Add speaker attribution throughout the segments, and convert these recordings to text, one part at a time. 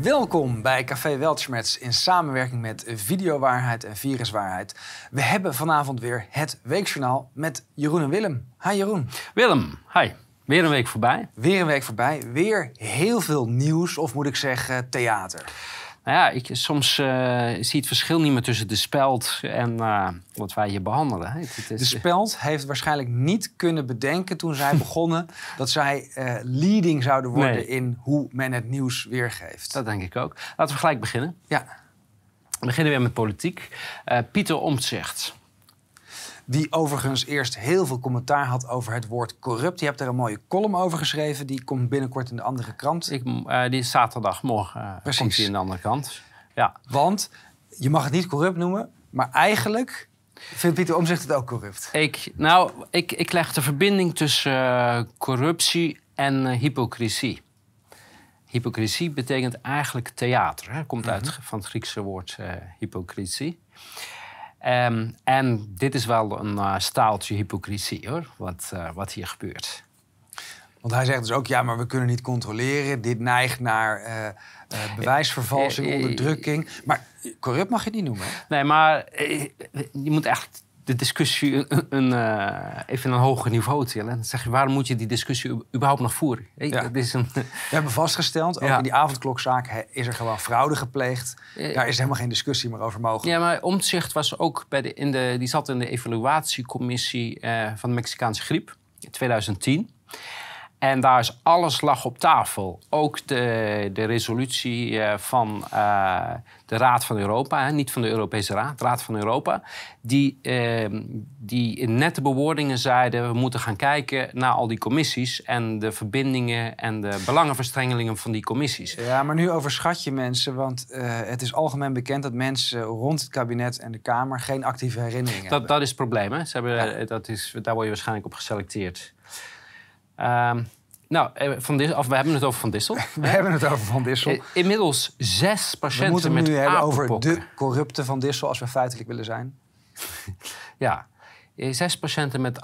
Speaker 1: Welkom bij Café Weltschmerz in samenwerking met Videowaarheid en Viruswaarheid. We hebben vanavond weer het Weekjournaal met Jeroen en Willem. Hi Jeroen.
Speaker 2: Willem, hi. Weer een week voorbij.
Speaker 1: Weer een week voorbij. Weer heel veel nieuws, of moet ik zeggen theater.
Speaker 2: Nou ja, soms zie je het verschil niet meer tussen de Speld en wat wij hier behandelen.
Speaker 1: De Speld heeft waarschijnlijk niet kunnen bedenken toen zij begonnen dat zij leading zouden worden in hoe men het nieuws weergeeft.
Speaker 2: Dat denk ik ook. Laten we gelijk beginnen.
Speaker 1: Ja.
Speaker 2: We beginnen weer met politiek. Pieter Omtzigt.
Speaker 1: Die overigens eerst heel veel commentaar had over het woord corrupt. Je hebt er een mooie column over geschreven. Die komt binnenkort in de andere krant.
Speaker 2: Die is zaterdagmorgen komt die in de andere krant. Ja.
Speaker 1: Want je mag het niet corrupt noemen, maar eigenlijk vindt Pieter Omtzigt het ook corrupt.
Speaker 2: Ik leg de verbinding tussen corruptie en hypocrisie. Hypocrisie betekent eigenlijk theater. Het komt uit van het Griekse woord hypocrisie. En dit is wel een staaltje hypocrisie, hoor, wat hier gebeurt.
Speaker 1: Want hij zegt dus ook, ja, maar we kunnen niet controleren. Dit neigt naar bewijsvervalsing, onderdrukking. Maar corrupt mag je het niet noemen. Hè?
Speaker 2: Nee, maar je moet eigenlijk de discussie even een hoger niveau tillen. Dan zeg je, waarom moet je die discussie überhaupt nog voeren?
Speaker 1: Ja.
Speaker 2: We
Speaker 1: hebben vastgesteld, ook in die avondklokzaak is er gewoon fraude gepleegd. Daar is helemaal geen discussie meer over mogelijk.
Speaker 2: Ja, maar Omtzigt was ook die zat in de evaluatiecommissie van de Mexicaanse griep in 2010. En daar is alles lag op tafel. Ook de resolutie van de Raad van Europa, niet van de Europese Raad, de Raad van Europa, die in nette bewoordingen zeiden, we moeten gaan kijken naar al die commissies en de verbindingen en de belangenverstrengelingen van die commissies.
Speaker 1: Ja, maar nu overschat je mensen, want het is algemeen bekend dat mensen rond het kabinet en de Kamer geen actieve herinneringen hebben.
Speaker 2: Dat is het probleem, hè? Daar word je waarschijnlijk op geselecteerd. We hebben het over Van Dissel.
Speaker 1: We hebben het over Van Dissel.
Speaker 2: Inmiddels 6 patiënten
Speaker 1: we moeten
Speaker 2: met
Speaker 1: het nu hebben
Speaker 2: over
Speaker 1: de corrupte Van Dissel, als we feitelijk willen zijn.
Speaker 2: Ja, 6 patiënten met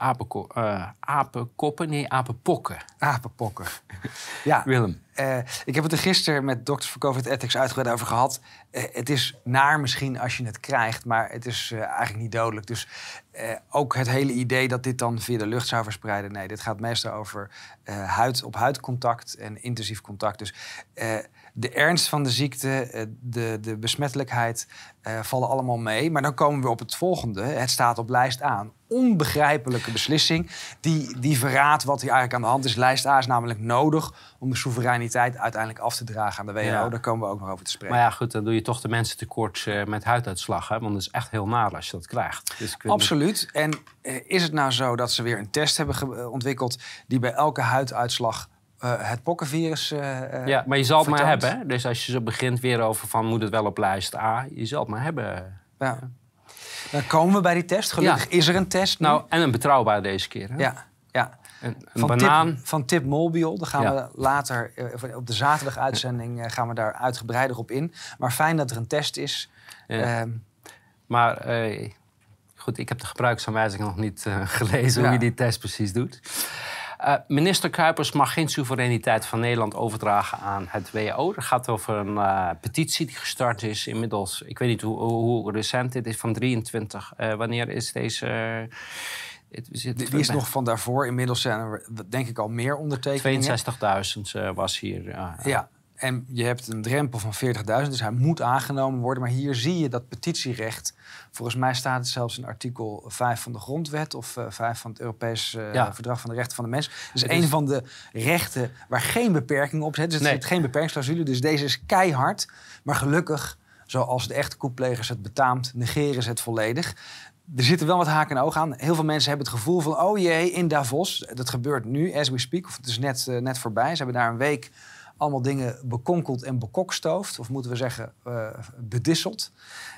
Speaker 2: apenpokken.
Speaker 1: Apenpokken. Ja.
Speaker 2: Willem.
Speaker 1: Ik heb het er gisteren met Doctors for COVID Ethics uitgebreid over gehad. Het is naar misschien als je het krijgt, maar het is eigenlijk niet dodelijk. Dus ook het hele idee dat dit dan via de lucht zou verspreiden. Nee, dit gaat meestal over huid-op-huid contact en intensief contact. Dus de ernst van de ziekte, de besmettelijkheid vallen allemaal mee. Maar dan komen we op het volgende. Het staat op lijst A. Onbegrijpelijke beslissing die verraadt wat hier eigenlijk aan de hand is. Lijst A is namelijk nodig om de soevereiniteit uiteindelijk af te dragen aan de WHO. Ja. Daar komen we ook nog over te spreken.
Speaker 2: Maar ja, goed, dan doe je toch de mensen tekort met huiduitslag. Hè? Want dat is echt heel naar als je dat krijgt. Dus
Speaker 1: absoluut. En is het nou zo dat ze weer een test hebben ontwikkeld die bij elke huiduitslag het pokkenvirus
Speaker 2: ja, maar je zal het maar hebben. Hè? Dus als je zo begint weer over van moet het wel op lijst A, je zal het maar hebben.
Speaker 1: Ja. Dan komen we bij die test. Gelukkig is er een test nu.
Speaker 2: Nou, en een betrouwbaar deze keer. Hè?
Speaker 1: Ja.
Speaker 2: Een banaan.
Speaker 1: Van Tip Molbiol. Daar gaan we later, op de zaterdag-uitzending, gaan we daar uitgebreider op in. Maar fijn dat er een test is.
Speaker 2: Ja. Maar goed, ik heb de gebruiksaanwijzing nog niet gelezen hoe je die test precies doet. Minister Kuipers mag geen soevereiniteit van Nederland overdragen aan het WHO. Er gaat over een petitie die gestart is inmiddels. Ik weet niet hoe recent dit is, van 23. Wanneer is deze?
Speaker 1: Die is nog van daarvoor. Inmiddels zijn er denk ik al meer ondertekeningen.
Speaker 2: 62.000 was hier.
Speaker 1: Ja. En je hebt een drempel van 40.000, dus hij moet aangenomen worden. Maar hier zie je dat petitierecht. Volgens mij staat het zelfs in artikel 5 van de Grondwet of 5 van het Europees Verdrag van de Rechten van de Mens. Dus een van de rechten waar geen beperking op zit. Dus er zit geen beperkingsclausule. Dus deze is keihard. Maar gelukkig, zoals de echte koeplegers het betaamt, negeren ze het volledig. Er zitten wel wat haken en ogen aan. Heel veel mensen hebben het gevoel van, oh jee, in Davos. Dat gebeurt nu, as we speak. Of het is net voorbij. Ze hebben daar een week allemaal dingen bekonkeld en bekokstoofd. Of moeten we zeggen, bedisseld.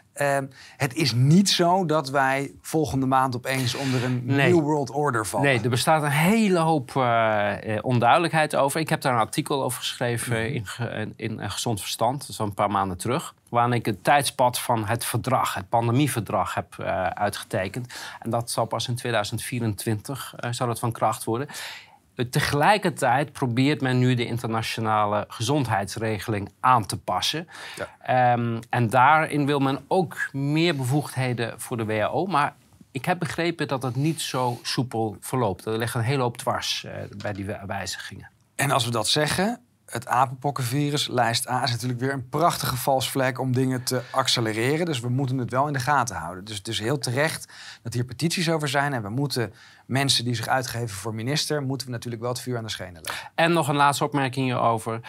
Speaker 1: Het is niet zo dat wij volgende maand opeens onder een New World Order vallen.
Speaker 2: Nee, er bestaat een hele hoop onduidelijkheid over. Ik heb daar een artikel over geschreven in Gezond Verstand. Dat is al een paar maanden terug. Waarin ik het tijdspad van het verdrag, het pandemieverdrag, heb uitgetekend. En dat zal pas in 2024 zal het van kracht worden. Tegelijkertijd probeert men nu de internationale gezondheidsregeling aan te passen. Ja. En daarin wil men ook meer bevoegdheden voor de WHO. Maar ik heb begrepen dat het niet zo soepel verloopt. Er ligt een hele hoop dwars bij die wijzigingen.
Speaker 1: En als we dat zeggen, het apenpokkenvirus, lijst A, is natuurlijk weer een prachtige valsvlek om dingen te accelereren. Dus we moeten het wel in de gaten houden. Dus het is heel terecht dat hier petities over zijn. En we moeten mensen die zich uitgeven voor minister, moeten we natuurlijk wel het vuur aan de schenen leggen.
Speaker 2: En nog een laatste opmerking hierover.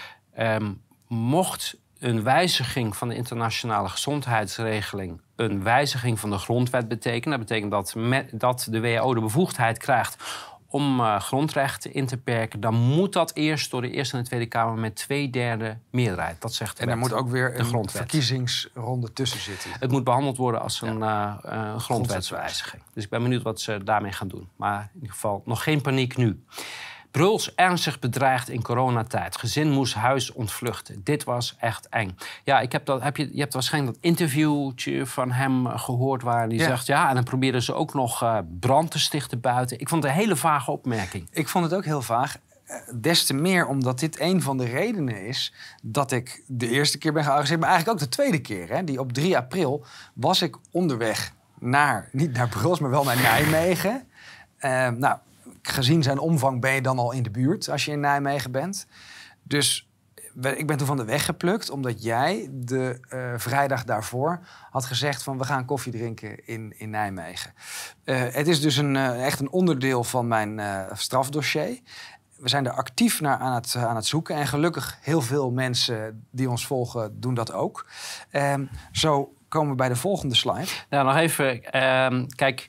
Speaker 2: Mocht een wijziging van de internationale gezondheidsregeling een wijziging van de grondwet betekenen, dat betekent dat de WHO de bevoegdheid krijgt om grondrechten in te perken, dan moet dat eerst door de Eerste en de Tweede Kamer met 2/3 meerderheid. Dat zegt de wet.
Speaker 1: En er moet ook weer een verkiezingsronde tussen zitten.
Speaker 2: Het moet behandeld worden als een grondwetswijziging. Dus ik ben benieuwd wat ze daarmee gaan doen. Maar in ieder geval nog geen paniek nu. Bruls ernstig bedreigd in coronatijd. Gezin moest huis ontvluchten. Dit was echt eng. Ja, je hebt waarschijnlijk dat interviewtje van hem gehoord waar hij zegt, ja, en dan probeerden ze ook nog brand te stichten buiten. Ik vond het een hele vage opmerking.
Speaker 1: Ik vond het ook heel vaag. Des te meer omdat dit een van de redenen is dat ik de eerste keer ben gearresteerd, maar eigenlijk ook de tweede keer. Hè, die op 3 april was ik onderweg niet naar Bruls, maar wel naar Nijmegen. Gezien zijn omvang ben je dan al in de buurt als je in Nijmegen bent. Dus ik ben toen van de weg geplukt, omdat jij de vrijdag daarvoor had gezegd van we gaan koffie drinken in Nijmegen. Het is dus echt een onderdeel van mijn strafdossier. We zijn er actief naar aan het zoeken. En gelukkig heel veel mensen die ons volgen doen dat ook. Zo komen we bij de volgende slide.
Speaker 2: Nou, nog even. Kijk,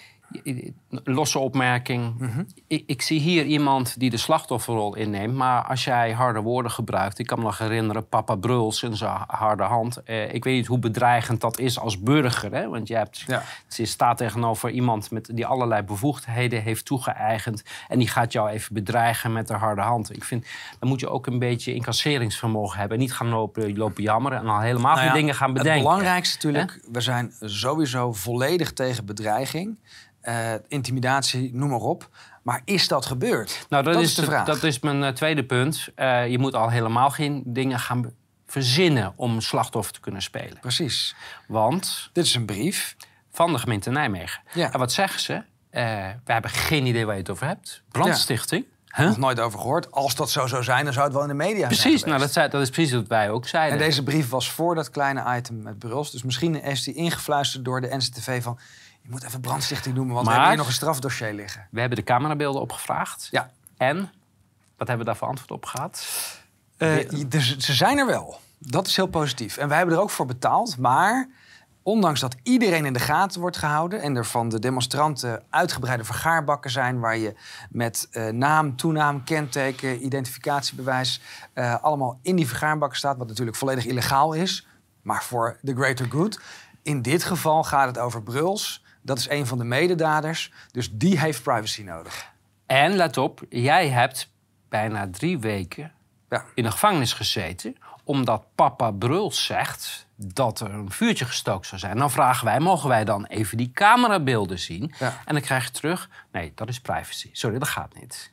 Speaker 2: losse opmerking. Mm-hmm. Ik zie hier iemand die de slachtofferrol inneemt. Maar als jij harde woorden gebruikt... Ik kan me nog herinneren, papa Bruls in zijn harde hand. Ik weet niet hoe bedreigend dat is als burger. Hè? Want je staat tegenover iemand die allerlei bevoegdheden heeft toegeëigend. En die gaat jou even bedreigen met de harde hand. Ik vind, dan moet je ook een beetje incasseringsvermogen hebben. Niet gaan lopen jammeren en al helemaal geen dingen gaan bedenken.
Speaker 1: Het belangrijkste natuurlijk, we zijn sowieso volledig tegen bedreiging. Intimidatie, noem maar op. Maar is dat gebeurd?
Speaker 2: Nou, dat is de vraag. Dat is mijn tweede punt. Je moet al helemaal geen dingen gaan verzinnen om slachtoffer te kunnen spelen.
Speaker 1: Precies.
Speaker 2: Want
Speaker 1: dit is een brief
Speaker 2: van de gemeente Nijmegen. Ja. En wat zeggen ze? We hebben geen idee waar je het over hebt. Brandstichting.
Speaker 1: Huh? Nog nooit over gehoord. Als dat zo zou zijn, dan zou het wel in de media
Speaker 2: zijn
Speaker 1: geweest.
Speaker 2: Nou, dat is precies wat wij ook zeiden.
Speaker 1: En deze brief was voor dat kleine item met Bruls. Dus misschien is die ingefluisterd door de NCTV van... Je moet even brandstichting noemen, want we hebben hier nog een strafdossier liggen.
Speaker 2: We hebben de camerabeelden opgevraagd.
Speaker 1: Ja.
Speaker 2: En? Wat hebben we daar voor antwoord op gehad?
Speaker 1: Dus ze zijn er wel. Dat is heel positief. En wij hebben er ook voor betaald. Maar ondanks dat iedereen in de gaten wordt gehouden... en er van de demonstranten uitgebreide vergaarbakken zijn... waar je met naam, toenaam, kenteken, identificatiebewijs... allemaal in die vergaarbakken staat... wat natuurlijk volledig illegaal is. Maar voor the greater good. In dit geval gaat het over Bruls... Dat is een van de mededaders, dus die heeft privacy nodig.
Speaker 2: En let op, jij hebt bijna 3 weken in de gevangenis gezeten... omdat papa Bruls zegt dat er een vuurtje gestookt zou zijn. Dan vragen wij, mogen wij dan even die camerabeelden zien? Ja. En dan krijg je terug, nee, dat is privacy. Sorry, dat gaat niet.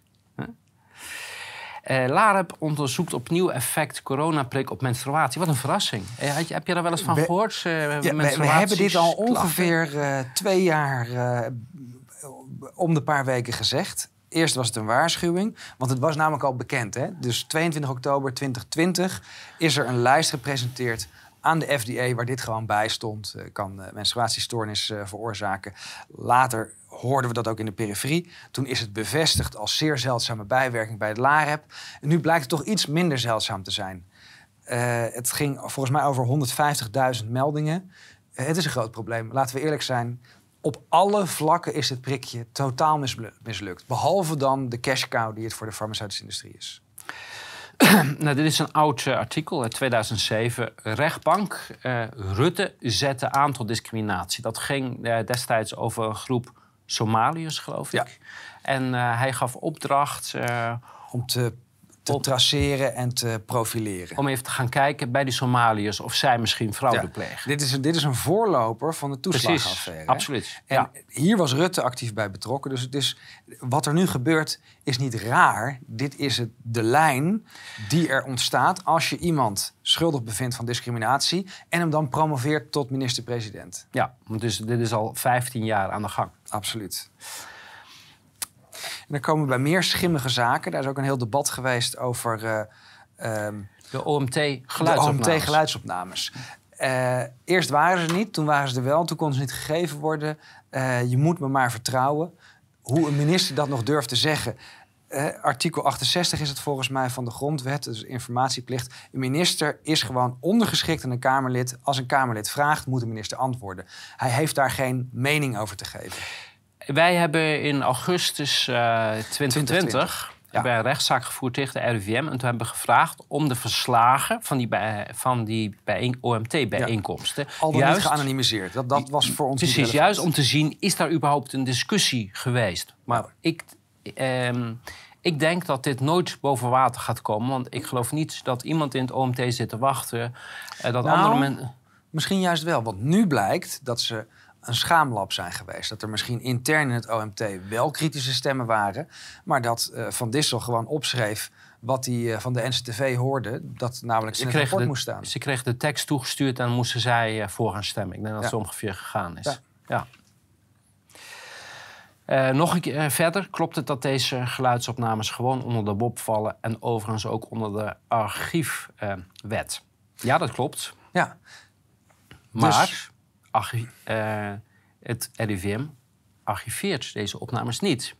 Speaker 2: LAREP onderzoekt opnieuw effect coronaprik op menstruatie. Wat een verrassing. Heb je daar wel eens van gehoord?
Speaker 1: We hebben dit al ongeveer 2 jaar om de paar weken gezegd. Eerst was het een waarschuwing, want het was namelijk al bekend. Hè? Dus 22 oktober 2020 is er een lijst gepresenteerd aan de FDA... waar dit gewoon bij stond. Kan menstruatiestoornis veroorzaken. Later hoorden we dat ook in de periferie. Toen is het bevestigd als zeer zeldzame bijwerking bij het LAREP. En nu blijkt het toch iets minder zeldzaam te zijn. Het ging volgens mij over 150.000 meldingen. Het is een groot probleem. Laten we eerlijk zijn. Op alle vlakken is het prikje totaal mislukt. Behalve dan de cash cow die het voor de farmaceutische industrie is.
Speaker 2: Nou, dit is een oud artikel uit 2007. Rechtbank. Rutte zette aan tot discriminatie. Dat ging destijds over een groep Somaliërs, geloof ik. Ja. En hij gaf opdracht...
Speaker 1: om te te traceren en te profileren.
Speaker 2: Om even te gaan kijken bij die Somaliërs of zij misschien fraude plegen.
Speaker 1: Dit is een voorloper van de toeslagenaffaire.
Speaker 2: Precies, absoluut.
Speaker 1: En hier was Rutte actief bij betrokken. Dus het is, wat er nu gebeurt is niet raar. Dit is de lijn die er ontstaat als je iemand schuldig bevindt van discriminatie en hem dan promoveert tot minister-president.
Speaker 2: Ja, dus dit is al 15 jaar aan de gang.
Speaker 1: Absoluut. En dan komen we bij meer schimmige zaken. Daar is ook een heel debat geweest over
Speaker 2: de OMT-geluidsopnames.
Speaker 1: Eerst waren ze niet, toen waren ze er wel. Toen konden ze niet gegeven worden. Je moet me maar vertrouwen. Hoe een minister dat nog durft te zeggen. Artikel 68 is het volgens mij van de grondwet, dus informatieplicht. Een minister is gewoon ondergeschikt aan een Kamerlid. Als een Kamerlid vraagt, moet de minister antwoorden. Hij heeft daar geen mening over te geven.
Speaker 2: Wij hebben in augustus 2020 hebben een rechtszaak gevoerd tegen de RIVM. En toen hebben we gevraagd om de verslagen van die OMT-bijeenkomsten.
Speaker 1: Al dan niet geanonimiseerd. Dat was voor ons
Speaker 2: precies, juist om te zien, is daar überhaupt een discussie geweest? Maar ik denk dat dit nooit boven water gaat komen. Want ik geloof niet dat iemand in het OMT zit te wachten. Andere mensen...
Speaker 1: Misschien juist wel. Want nu blijkt dat ze een schaamlab zijn geweest. Dat er misschien intern in het OMT wel kritische stemmen waren. Maar dat Van Dissel gewoon opschreef wat hij van de NCTV hoorde. Dat namelijk in het rapport moest staan.
Speaker 2: Ze kregen de tekst toegestuurd en moesten zij voor gaan stemmen. Ik denk dat het ongeveer gegaan is. Nog een keer verder klopt het dat deze geluidsopnames gewoon onder de WOP vallen. En overigens ook onder de archiefwet. Ja, dat klopt.
Speaker 1: Ja.
Speaker 2: Maar het RIVM archiveert deze opnames niet.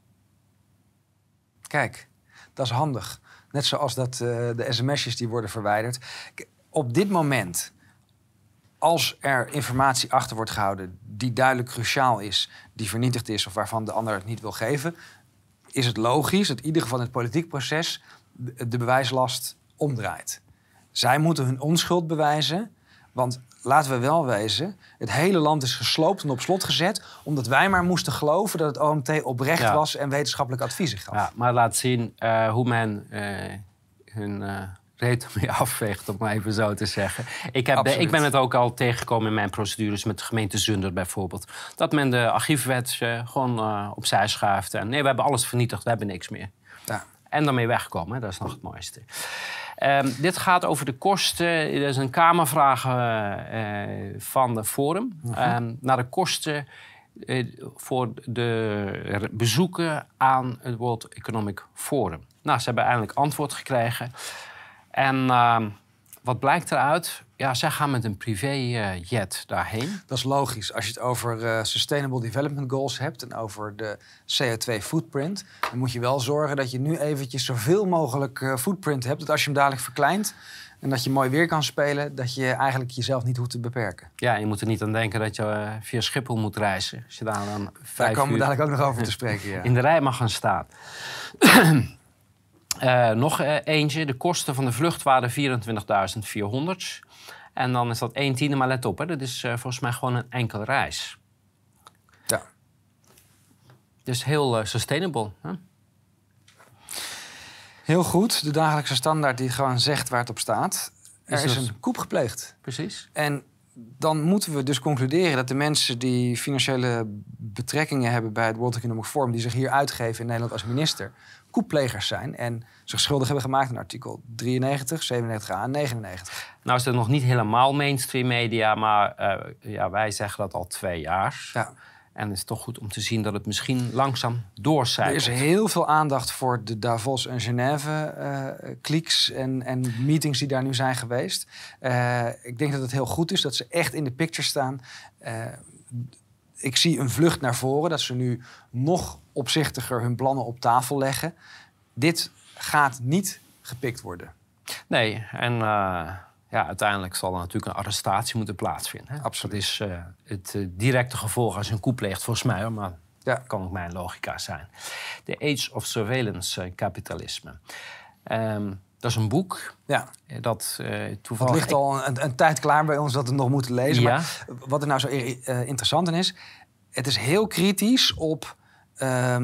Speaker 1: Kijk, dat is handig. Net zoals de sms'jes die worden verwijderd. Op dit moment, als er informatie achter wordt gehouden die duidelijk cruciaal is, die vernietigd is of waarvan de ander het niet wil geven, is het logisch dat in ieder geval in het politiek proces de bewijslast omdraait. Zij moeten hun onschuld bewijzen, want laten we wel wezen, het hele land is gesloopt en op slot gezet, omdat wij maar moesten geloven dat het OMT oprecht was en wetenschappelijk adviezen gaf.
Speaker 2: Ja, maar laat zien hoe men hun reet ermee afveegt, om maar even zo te zeggen. Ik ben het ook al tegengekomen in mijn procedures met de gemeente Zundert bijvoorbeeld. Dat men de archiefwet gewoon opzij schuift. En nee, we hebben alles vernietigd, we hebben niks meer. Ja. En daarmee wegkomen, hè? Dat is nog het mooiste. Dit gaat over de kosten. Er is een kamervraag van de Forum. Naar de kosten voor de bezoeken aan het World Economic Forum. Nou, ze hebben eindelijk antwoord gekregen. En wat blijkt eruit? Ja, zij gaan met een privéjet daarheen.
Speaker 1: Dat is logisch. Als je het over Sustainable Development Goals hebt en over de CO2-footprint, dan moet je wel zorgen dat je nu eventjes zoveel mogelijk footprint hebt, dat als je hem dadelijk verkleint en dat je mooi weer kan spelen, dat je eigenlijk jezelf niet hoeft te beperken.
Speaker 2: Ja, je moet er niet aan denken dat je via Schiphol moet reizen. Als je daar dan 5
Speaker 1: daar komen we
Speaker 2: uur
Speaker 1: dadelijk ook nog over te spreken. Ja.
Speaker 2: In de rij mag gaan staan. Nog eentje. De kosten van de vlucht waren 24.400. En dan is dat 1/10, maar let op, hè, dat is volgens mij gewoon een enkele reis.
Speaker 1: Ja.
Speaker 2: Dus heel sustainable. Hè?
Speaker 1: Heel goed. De dagelijkse standaard die gewoon zegt waar het op staat. Er is een coup gepleegd.
Speaker 2: Precies.
Speaker 1: En dan moeten we dus concluderen dat de mensen die financiële betrekkingen hebben bij het World Economic Forum, die zich hier uitgeven in Nederland als minister, coupplegers zijn en zich schuldig hebben gemaakt aan artikel 93, 97a en 99.
Speaker 2: Nou is het nog niet helemaal mainstream media, maar wij zeggen dat al 2 jaar.
Speaker 1: Ja.
Speaker 2: En het is toch goed om te zien dat het misschien langzaam doorcijpelt.
Speaker 1: Er is heel veel aandacht voor de Davos en Genève klieks en meetings die daar nu zijn geweest. Ik denk dat het heel goed is dat ze echt in de picture staan. Ik zie een vlucht naar voren, dat ze nu nog opzichtiger hun plannen op tafel leggen. Dit gaat niet gepikt worden.
Speaker 2: Nee, en uiteindelijk zal er natuurlijk een arrestatie moeten plaatsvinden. Hè?
Speaker 1: Absoluut.
Speaker 2: Dat is het directe gevolg als je een coup pleegt, volgens mij. Maar dat kan ook mijn logica zijn. The Age of Surveillance Capitalisme. Dat is een boek.
Speaker 1: Ja.
Speaker 2: Dat toevallig...
Speaker 1: Het ligt al een tijd klaar bij ons dat we het nog moeten lezen.
Speaker 2: Ja.
Speaker 1: Maar wat er nou zo interessant in is, het is heel kritisch op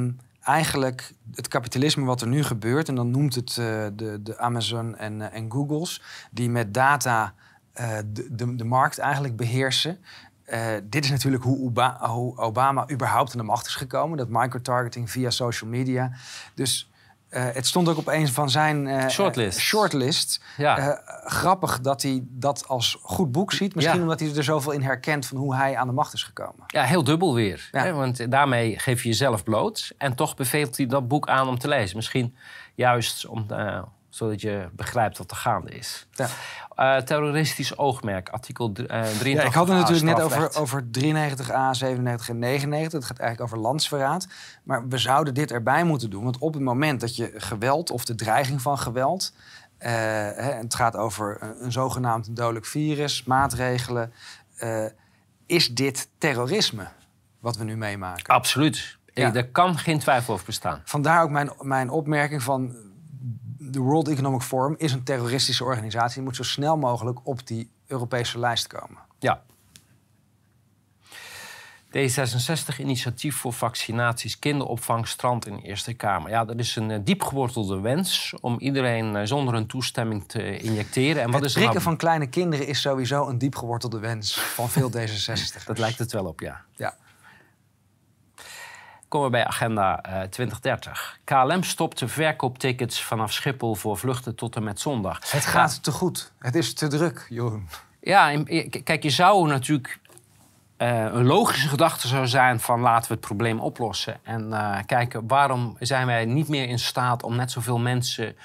Speaker 1: eigenlijk het kapitalisme wat er nu gebeurt... en dan noemt het de Amazon en Googles... die met data de markt eigenlijk beheersen. Dit is natuurlijk hoe Obama überhaupt aan de macht is gekomen. Dat microtargeting via social media. Dus het stond ook op een van zijn shortlist.
Speaker 2: Ja.
Speaker 1: Grappig dat hij dat als goed boek ziet. Misschien omdat hij er zoveel in herkent van hoe hij aan de macht is gekomen.
Speaker 2: Ja, heel dubbel weer. Ja. Hè? Want daarmee geef je jezelf bloot. En toch beveelt hij dat boek aan om te lezen. Misschien juist zodat je begrijpt wat er gaande is. Ja. Terroristisch oogmerk, artikel 83.
Speaker 1: Ja, ik had het natuurlijk net over 93a, 97 en 99. Het gaat eigenlijk over landsverraad. Maar we zouden dit erbij moeten doen. Want op het moment dat je geweld of de dreiging van geweld... het gaat over een zogenaamd dodelijk virus, maatregelen... is dit terrorisme wat we nu meemaken?
Speaker 2: Absoluut. Ja. Er kan geen twijfel over bestaan.
Speaker 1: Vandaar ook mijn opmerking van... de World Economic Forum is een terroristische organisatie. Die moet zo snel mogelijk op die Europese lijst komen.
Speaker 2: Ja. D66, initiatief voor vaccinaties, kinderopvang, strand in de Eerste Kamer. Ja, dat is een diep gewortelde wens om iedereen zonder een toestemming te injecteren. En
Speaker 1: het prikken van kleine kinderen is sowieso een diep gewortelde wens van veel D66'ers.
Speaker 2: Dat lijkt het wel op, ja.
Speaker 1: Ja.
Speaker 2: Komen we bij agenda 2030. KLM stopt de verkooptickets vanaf Schiphol voor vluchten tot en met zondag.
Speaker 1: Het gaat te goed. Het is te druk, Jeroen.
Speaker 2: Ja, kijk, je zou natuurlijk... een logische gedachte zou zijn van laten we het probleem oplossen. En kijken, waarom zijn wij niet meer in staat om net zoveel mensen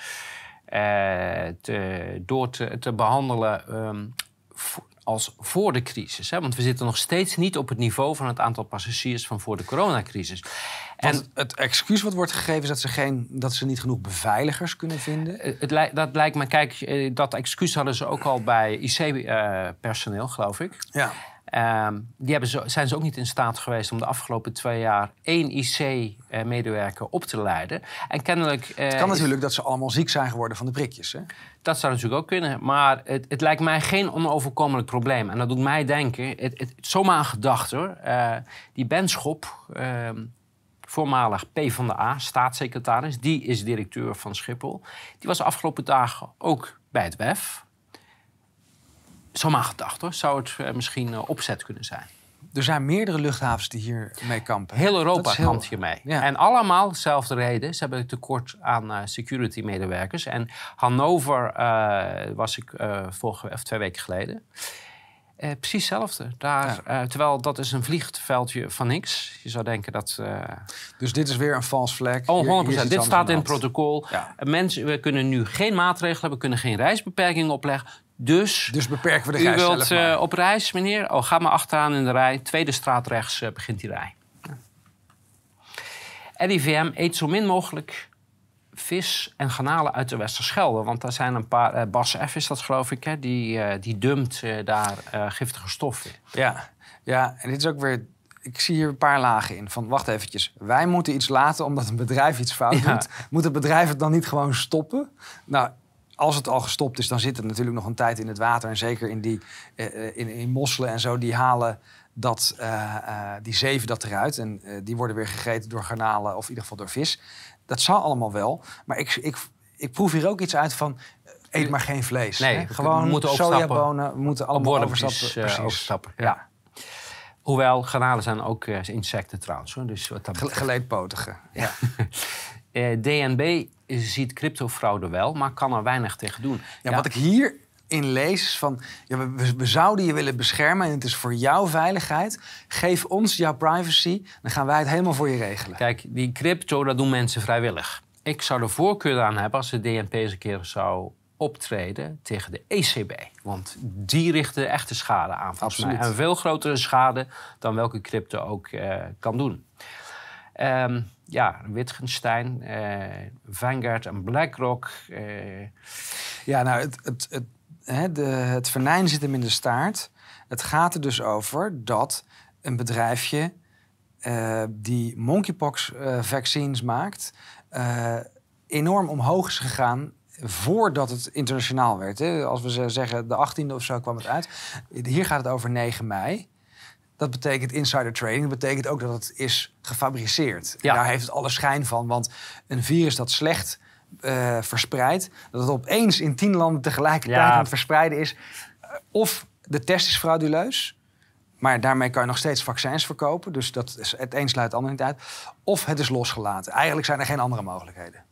Speaker 2: te behandelen... als voor de crisis. Hè? Want we zitten nog steeds niet op het niveau van het aantal passagiers van voor de coronacrisis.
Speaker 1: En het excuus wat wordt gegeven is dat ze niet genoeg beveiligers kunnen vinden?
Speaker 2: Dat lijkt me, kijk, dat excuus hadden ze ook al bij IC-personeel, geloof ik.
Speaker 1: Ja.
Speaker 2: Zijn ze ook niet in staat geweest om de afgelopen 2 jaar 1 IC-medewerker op te leiden. En kennelijk...
Speaker 1: het kan natuurlijk dat ze allemaal ziek zijn geworden van de prikjes, hè?
Speaker 2: Dat zou natuurlijk ook kunnen. Maar het lijkt mij geen onoverkomelijk probleem. En dat doet mij denken... zomaar een gedachte, hoor. Die Benschop, voormalig PvdA, staatssecretaris... die is directeur van Schiphol. Die was de afgelopen dagen ook bij het WEF... Zomaar gedacht, hoor. Zou het misschien opzet kunnen zijn?
Speaker 1: Er zijn meerdere luchthavens die hier mee kampen.
Speaker 2: Heel Europa kampt hiermee. Ja. En allemaal dezelfde reden. Ze hebben een tekort aan security-medewerkers. En Hannover was ik 2 weken geleden. Precies hetzelfde. Terwijl dat is een vliegveldje van niks. Je zou denken dat...
Speaker 1: Dus dit is weer een false flag?
Speaker 2: Oh, 100%. Dit staat in het protocol. Ja. We kunnen nu geen maatregelen, we kunnen geen reisbeperkingen opleggen. Dus
Speaker 1: beperken we de reis zelf maar.
Speaker 2: U wilt op reis, meneer? Oh, ga maar achteraan in de rij. Tweede straat rechts begint die rij. Ja. RIVM eet zo min mogelijk vis en garnalen uit de Westerschelde. Want daar zijn een paar... Bas F. is dat, geloof ik, hè? Die dumpt daar giftige stoffen.
Speaker 1: Ja, en dit is ook weer... Ik zie hier een paar lagen in. Van, wacht eventjes. Wij moeten iets laten omdat een bedrijf iets fout doet. Moet het bedrijf het dan niet gewoon stoppen? Nou... Als het al gestopt is, dan zit het natuurlijk nog een tijd in het water. En zeker in mosselen en zo, die halen die zeven dat eruit. En die worden weer gegeten door garnalen of in ieder geval door vis. Dat zal allemaal wel. Maar ik proef hier ook iets uit van... eet maar geen vlees.
Speaker 2: Nee,
Speaker 1: gewoon sojabonen. We moeten allemaal overstappen.
Speaker 2: Ja. Hoewel, garnalen zijn ook insecten trouwens. Hoor. Dus
Speaker 1: geleedpotige. Ja.
Speaker 2: DNB ziet cryptofraude wel, maar kan er weinig tegen doen.
Speaker 1: Ja, wat ik hierin lees is van... Ja, we zouden je willen beschermen en het is voor jouw veiligheid. Geef ons jouw privacy, dan gaan wij het helemaal voor je regelen.
Speaker 2: Kijk, die crypto, dat doen mensen vrijwillig. Ik zou de voorkeur aan hebben als de DNB eens een keer zou optreden tegen de ECB. Want die richten echte schade aan, volgens mij. En een veel grotere schade dan welke crypto ook kan doen. Wittgenstein, Vanguard en BlackRock.
Speaker 1: Ja, nou, het venijn zit hem in de staart. Het gaat er dus over dat een bedrijfje die monkeypox-vaccins maakt... enorm omhoog is gegaan voordat het internationaal werd. Hè? Als we zeggen de 18e of zo kwam het uit. Hier gaat het over 9 mei. Dat betekent insider trading. Dat betekent ook dat het is gefabriceerd.
Speaker 2: Ja.
Speaker 1: En daar heeft het alle schijn van. Want een virus dat slecht verspreidt... dat het opeens in 10 landen tegelijkertijd aan het verspreiden is. Of de test is frauduleus... maar daarmee kan je nog steeds vaccins verkopen. Dus het een sluit het ander niet uit. Of het is losgelaten. Eigenlijk zijn er geen andere mogelijkheden.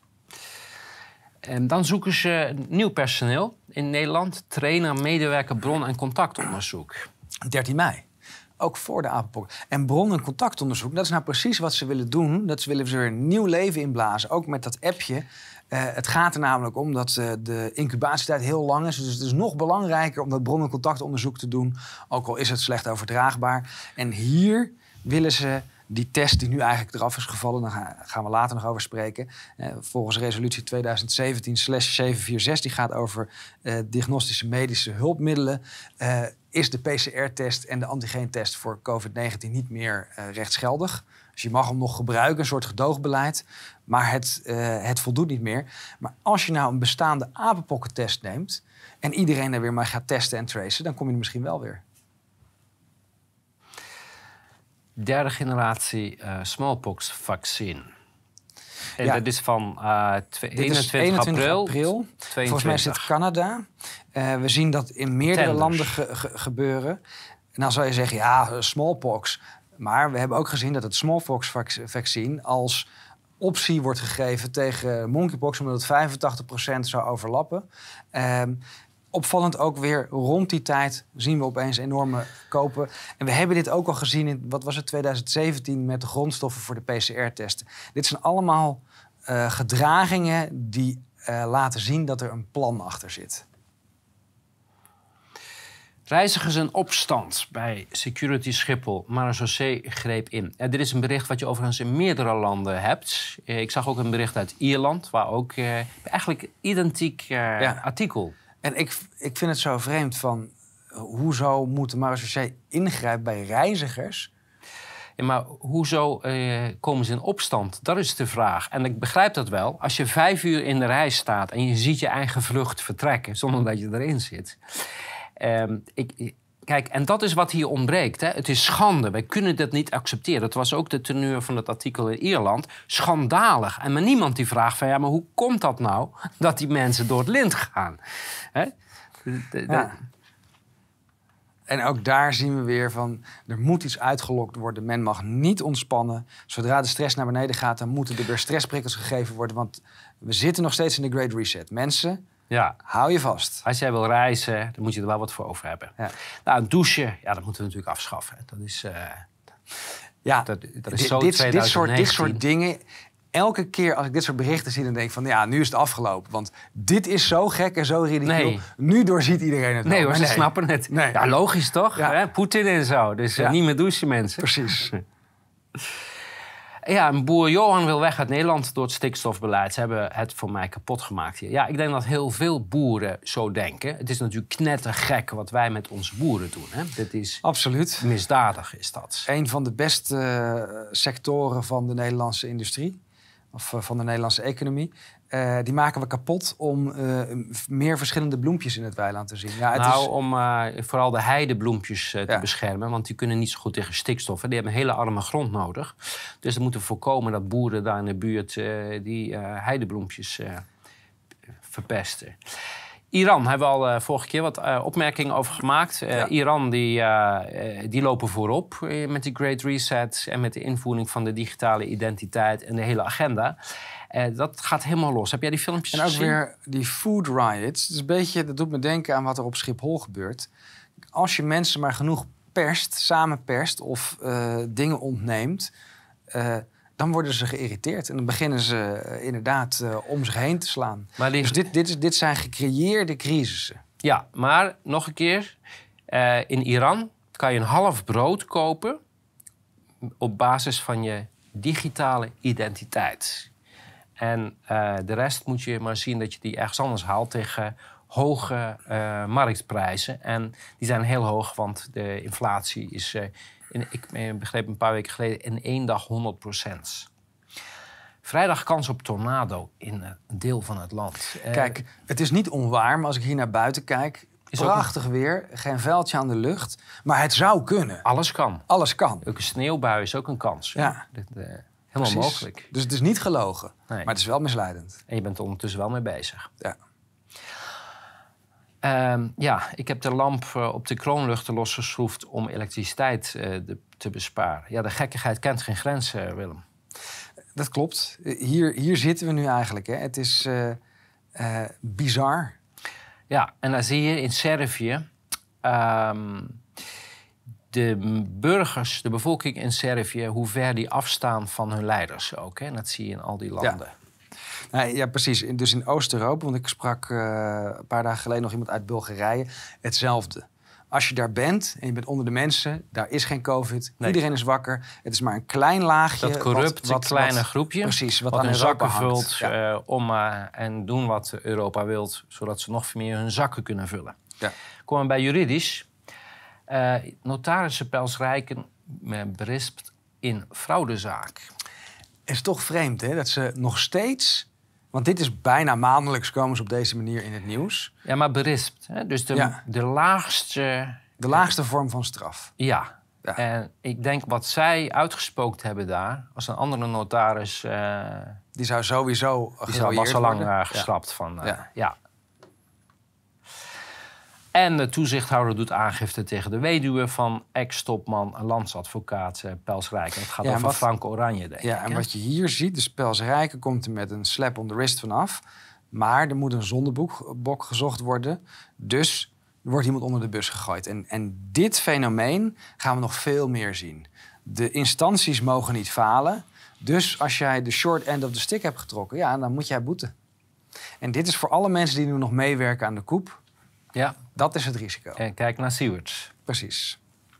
Speaker 2: En dan zoeken ze nieuw personeel in Nederland. Trainer, medewerker, bron- en contactonderzoek.
Speaker 1: 13 mei. Ook voor de apenpokken. En bron- en contactonderzoek, dat is nou precies wat ze willen doen. Dat ze willen weer een nieuw leven inblazen. Ook met dat appje. Het gaat er namelijk om dat de incubatietijd heel lang is. Dus het is nog belangrijker om dat bron- en contactonderzoek te doen. Ook al is het slecht overdraagbaar. En hier willen ze die test die nu eigenlijk eraf is gevallen... daar gaan we later nog over spreken. Volgens resolutie 2017/746, die gaat over diagnostische medische hulpmiddelen... is de PCR-test en de antigeentest voor COVID-19 niet meer rechtsgeldig. Dus je mag hem nog gebruiken, een soort gedoogbeleid. Maar het voldoet niet meer. Maar als je nou een bestaande apenpokkentest neemt... en iedereen er weer maar gaat testen en tracen... dan kom je er misschien wel weer.
Speaker 2: Derde generatie smallpox-vaccin. En dat is van 21 april.
Speaker 1: Volgens mij is dit Canada. We zien dat in meerdere landen gebeuren. En dan zou je zeggen, ja, smallpox. Maar we hebben ook gezien dat het smallpox-vaccin als optie wordt gegeven tegen monkeypox... omdat het 85% zou overlappen. Opvallend ook weer rond die tijd zien we opeens enorme kopen. En we hebben dit ook al gezien in, 2017... met de grondstoffen voor de PCR-testen. Dit zijn allemaal gedragingen die laten zien dat er een plan achter zit.
Speaker 2: Reizigers in opstand bij Security Schiphol. Marechaussee greep in. Dit is een bericht wat je overigens in meerdere landen hebt. Ik zag ook een bericht uit Ierland, waar ook eigenlijk identiek artikel.
Speaker 1: En ik vind het zo vreemd van... hoezo moet de marechaussee ingrijpen bij reizigers?
Speaker 2: Ja, maar hoezo komen ze in opstand? Dat is de vraag. En ik begrijp dat wel. Als je 5 uur in de rij staat... en je ziet je eigen vlucht vertrekken... zonder dat je erin zit... Kijk, en dat is wat hier ontbreekt. Hè. Het is schande. Wij kunnen dat niet accepteren. Dat was ook de teneur van het artikel in Ierland. Schandalig. En maar niemand die vraagt van... ja, maar hoe komt dat nou dat die mensen door het lint gaan? Hè?
Speaker 1: En ook daar zien we weer van... er moet iets uitgelokt worden. Men mag niet ontspannen. Zodra de stress naar beneden gaat... dan moeten er weer stressprikkels gegeven worden. Want we zitten nog steeds in de Great Reset. Mensen...
Speaker 2: Ja.
Speaker 1: Hou je vast.
Speaker 2: Als jij wil reizen, dan moet je er wel wat voor over hebben. Ja. Nou, een douche, ja, dat moeten we natuurlijk afschaffen. Dat is, dat is zo 2019.
Speaker 1: Dit soort dingen... Elke keer als ik dit soort berichten zie, dan denk ik van... ja, nu is het afgelopen. Want dit is zo gek en zo ridicuul. Nee. Nu doorziet iedereen het wel.
Speaker 2: Nee hoor, ze snappen het. Nee. Ja, logisch toch? Ja. Poetin en zo. Dus niet meer douchen, mensen.
Speaker 1: Precies.
Speaker 2: Ja, een boer Johan wil weg uit Nederland door het stikstofbeleid. Ze hebben het voor mij kapot gemaakt hier. Ja, ik denk dat heel veel boeren zo denken. Het is natuurlijk knettergek wat wij met onze boeren doen. Hè? Dit is
Speaker 1: absoluut
Speaker 2: misdadig, is dat.
Speaker 1: Een van de beste sectoren van de Nederlandse industrie. Of van de Nederlandse economie. Die maken we kapot om meer verschillende bloempjes in het weiland te zien. Ja,
Speaker 2: om vooral de heidebloempjes te beschermen. Want die kunnen niet zo goed tegen stikstof. Die hebben een hele arme grond nodig. Dus we moeten voorkomen dat boeren daar in de buurt die heidebloempjes verpesten. Iran hebben we al vorige keer wat opmerkingen over gemaakt. Iran die lopen voorop met die Great Reset... en met de invoering van de digitale identiteit en de hele agenda. Dat gaat helemaal los. Heb jij die filmpjes gezien?
Speaker 1: En ook weer die food riots. Het is een beetje, dat doet me denken aan wat er op Schiphol gebeurt. Als je mensen maar genoeg samenperst of dingen ontneemt... dan worden ze geïrriteerd. En dan beginnen ze inderdaad om zich heen te slaan. Maar dus dit zijn gecreëerde crisissen.
Speaker 2: Ja, maar nog een keer. In Iran kan je een half brood kopen... op basis van je digitale identiteit. En de rest moet je maar zien dat je die ergens anders haalt... tegen hoge marktprijzen. En die zijn heel hoog, want de inflatie is... ik begreep een paar weken geleden in 1 dag 100%. Vrijdag kans op tornado in een deel van het land.
Speaker 1: Kijk, het is niet onwaar, maar als ik hier naar buiten kijk... Prachtig weer, geen veldje aan de lucht. Maar het zou kunnen.
Speaker 2: Alles kan.
Speaker 1: Alles kan.
Speaker 2: Ook een sneeuwbui is ook een kans.
Speaker 1: Ja.
Speaker 2: Helemaal mogelijk.
Speaker 1: Dus het is niet gelogen,
Speaker 2: nee.
Speaker 1: Maar het is wel misleidend.
Speaker 2: En je bent er ondertussen wel mee bezig.
Speaker 1: Ja.
Speaker 2: Ik heb de lamp op de kroonluchter losgeschroefd om elektriciteit te besparen. Ja, de gekkigheid kent geen grenzen, Willem.
Speaker 1: Dat klopt. Hier zitten we nu eigenlijk. Hè. Het is bizar.
Speaker 2: Ja, en dan zie je in Servië... de burgers, de bevolking in Servië... hoe ver die afstaan van hun leiders ook. Hè. En dat zie je in al die landen.
Speaker 1: Ja, precies. Dus in Oost-Europa, want ik sprak een paar dagen geleden nog iemand uit Bulgarije, hetzelfde. Als je daar bent en je bent onder de mensen, daar is geen COVID. Nee. Iedereen is wakker. Het is maar een klein laagje.
Speaker 2: Dat corrupte kleine groepje.
Speaker 1: Precies,
Speaker 2: wat aan hun zakken vult en doen wat Europa wil, zodat ze nog meer hun zakken kunnen vullen. Ja. Komen we bij juridisch. Notarissen Pels Rijken berispt in fraudezaak.
Speaker 1: Het is toch vreemd, hè, dat ze nog steeds... Want dit is bijna maandelijks komen ze op deze manier in het nieuws.
Speaker 2: Ja, maar berispt. Hè? Dus de laagste...
Speaker 1: De laagste vorm van straf.
Speaker 2: Ja. En ik denk wat zij uitgespookt hebben daar... als een andere notaris...
Speaker 1: die zou sowieso
Speaker 2: was al lang geschrapt van... En de toezichthouder doet aangifte tegen de weduwe van ex-topman en landsadvocaat Pels Rijken. Het gaat over Frank Oranje, denk ik.
Speaker 1: Ja, en wat je hier ziet, dus Pels Rijken komt er met een slap on the wrist vanaf. Maar er moet een zondebok gezocht worden. Dus er wordt iemand onder de bus gegooid. En dit fenomeen gaan we nog veel meer zien. De instanties mogen niet falen. Dus als jij de short end of the stick hebt getrokken, ja, dan moet jij boeten. En dit is voor alle mensen die nu nog meewerken aan de coup. Ja, dat is het risico.
Speaker 2: En kijk naar Siewerts.
Speaker 1: Precies.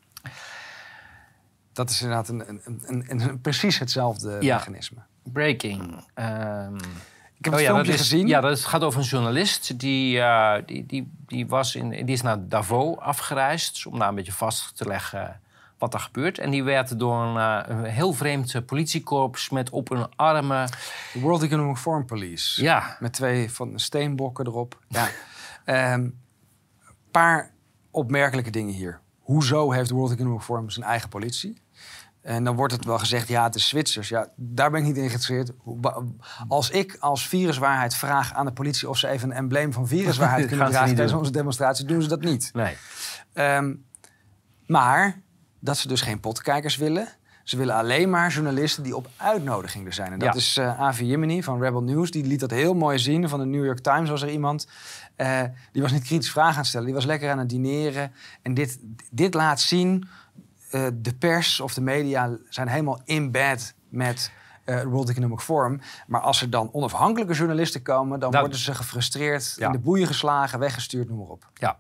Speaker 1: Dat is inderdaad een precies hetzelfde mechanisme.
Speaker 2: Breaking.
Speaker 1: Ik heb het filmpje gezien.
Speaker 2: Ja, dat gaat over een journalist. Die is naar Davos afgereisd om daar een beetje vast te leggen wat er gebeurt. En die werd door een heel vreemd politiekorps met op hun armen...
Speaker 1: De World Economic Forum Police.
Speaker 2: Ja.
Speaker 1: Met 2 van de steenbokken erop. Ja. Paar opmerkelijke dingen hier. Hoezo heeft de World Economic Forum zijn eigen politie? En dan wordt het wel gezegd, ja, het is Zwitsers. Ja, daar ben ik niet in geïnteresseerd. Als ik als viruswaarheid vraag aan de politie... of ze even een embleem van viruswaarheid kunnen dragen tijdens onze demonstratie... doen ze dat niet.
Speaker 2: Nee.
Speaker 1: Maar dat ze dus geen potkijkers willen... Ze willen alleen maar journalisten die op uitnodiging er zijn. En dat is Avi Yemeni van Rebel News. Die liet dat heel mooi zien. Van de New York Times was er iemand. Die was niet kritisch vragen aan het stellen. Die was lekker aan het dineren. En dit laat zien... de pers of de media zijn helemaal in bed met het World Economic Forum. Maar als er dan onafhankelijke journalisten komen... dan worden ze gefrustreerd, in de boeien geslagen, weggestuurd, noem maar op.
Speaker 2: Ja.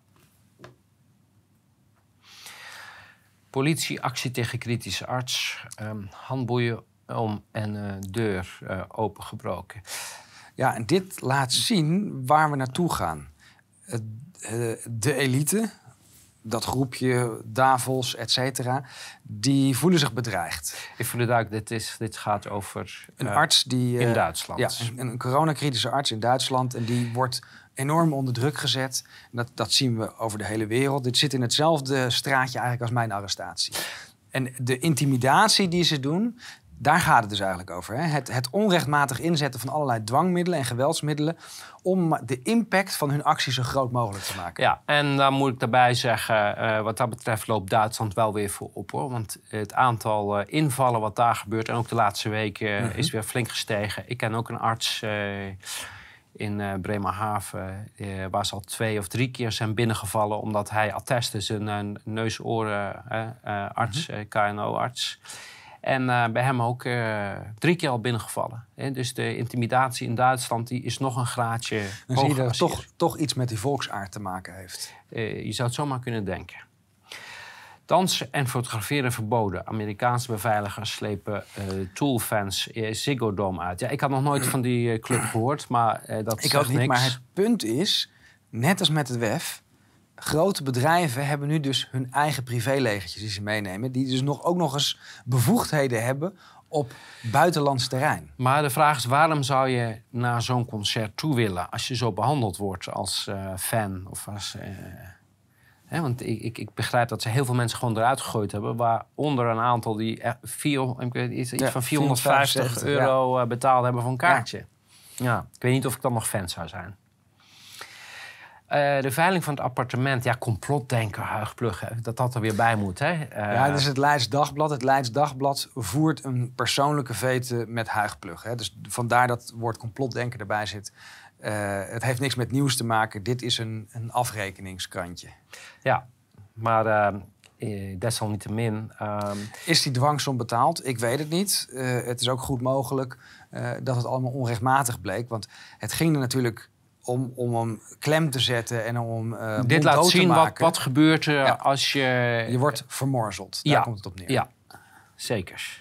Speaker 2: Politieactie tegen kritische arts. Handboeien om en deur opengebroken.
Speaker 1: Ja, en dit laat zien waar we naartoe gaan. De elite, dat groepje, Davos, et cetera, die voelen zich bedreigd.
Speaker 2: Ik voel het duidelijk, dit gaat over...
Speaker 1: een arts die...
Speaker 2: in Duitsland.
Speaker 1: Ja, een coronakritische arts in Duitsland. En die wordt enorm onder druk gezet. Dat zien we over de hele wereld. Dit zit in hetzelfde straatje eigenlijk als mijn arrestatie. En de intimidatie die ze doen, daar gaat het dus eigenlijk over. Hè? Het onrechtmatig inzetten van allerlei dwangmiddelen en geweldsmiddelen... om de impact van hun actie zo groot mogelijk te maken.
Speaker 2: Ja, en dan moet ik daarbij zeggen... wat dat betreft loopt Duitsland wel weer voorop, hoor. Want het aantal invallen wat daar gebeurt... en ook de laatste weken is weer flink gestegen. Ik ken ook een arts... in Bremerhaven, waar ze al 2 of 3 keer zijn binnengevallen... omdat hij attestte, zijn neus-oren-arts, KNO-arts. En bij hem ook 3 keer al binnengevallen. Dus de intimidatie in Duitsland die is nog een graadje hoger.
Speaker 1: Dan zie je dat het toch iets met die volksaard te maken heeft.
Speaker 2: Je zou het zomaar kunnen denken. Dansen en fotograferen verboden. Amerikaanse beveiligers slepen Tool-fans Ziggo Dome uit. Ja, ik had nog nooit van die club gehoord, maar dat
Speaker 1: ik ook niet,
Speaker 2: niks.
Speaker 1: Maar het punt is, net als met het WEF... grote bedrijven hebben nu dus hun eigen privélegertjes die ze meenemen... die dus ook nog eens bevoegdheden hebben op buitenlands terrein.
Speaker 2: Maar de vraag is, waarom zou je naar zo'n concert toe willen... als je zo behandeld wordt als fan of als... Want ik begrijp dat ze heel veel mensen gewoon eruit gegooid hebben. Waaronder een aantal die iets van 450 euro betaald hebben voor een kaartje. Ja, ik weet niet of ik dan nog fan zou zijn. De veiling van het appartement, complotdenker, huigpluggen, dat er weer bij moet. Hè?
Speaker 1: Dat is het Leids Dagblad. Het Leids Dagblad voert een persoonlijke vete met huigpluggen. Hè? Dus vandaar dat het woord complotdenker erbij zit. Het heeft niks met nieuws te maken. Dit is een afrekeningskrantje.
Speaker 2: Ja, maar desalniettemin...
Speaker 1: Is die dwangsom betaald? Ik weet het niet. Het is ook goed mogelijk dat het allemaal onrechtmatig bleek. Want het ging er natuurlijk om hem klem te zetten en om
Speaker 2: dit laat zien wat gebeurt als je...
Speaker 1: Je wordt vermorzeld. Daar komt het op neer.
Speaker 2: Ja, zeker.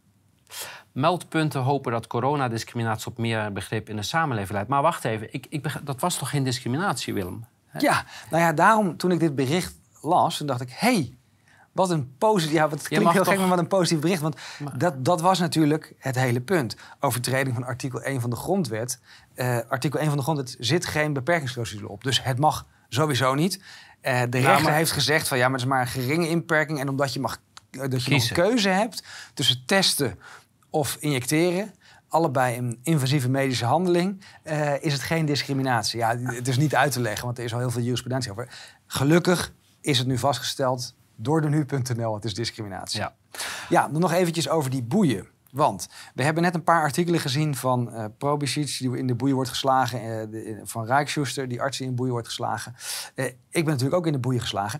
Speaker 2: Meldpunten hopen dat coronadiscriminatie op meer begrip in de samenleving leidt. Maar wacht even, dat was toch geen discriminatie, Willem? Hè? Ja,
Speaker 1: nou ja, daarom toen ik dit bericht las, toen dacht ik... hey, wat een positief... Ja, het klinkt heel gek, maar wat een positief bericht. Want dat was natuurlijk het hele punt. Overtreding van artikel 1 van de Grondwet. Artikel 1 van de Grondwet zit geen beperkingsclausule op. Dus het mag sowieso niet. De rechter heeft gezegd van maar het is maar een geringe inperking. En omdat je nog een keuze hebt tussen testen of injecteren, allebei een invasieve medische handeling, is het geen discriminatie. Ja, het is niet uit te leggen, want er is al heel veel jurisprudentie over. Gelukkig is het nu vastgesteld door de nu.nl, het is discriminatie. Ja, dan nog eventjes over die boeien. Want we hebben net een paar artikelen gezien van Probicic, die in de boeien wordt geslagen, van Rijksschuster, die arts die in boeien wordt geslagen. Ik ben natuurlijk ook in de boeien geslagen.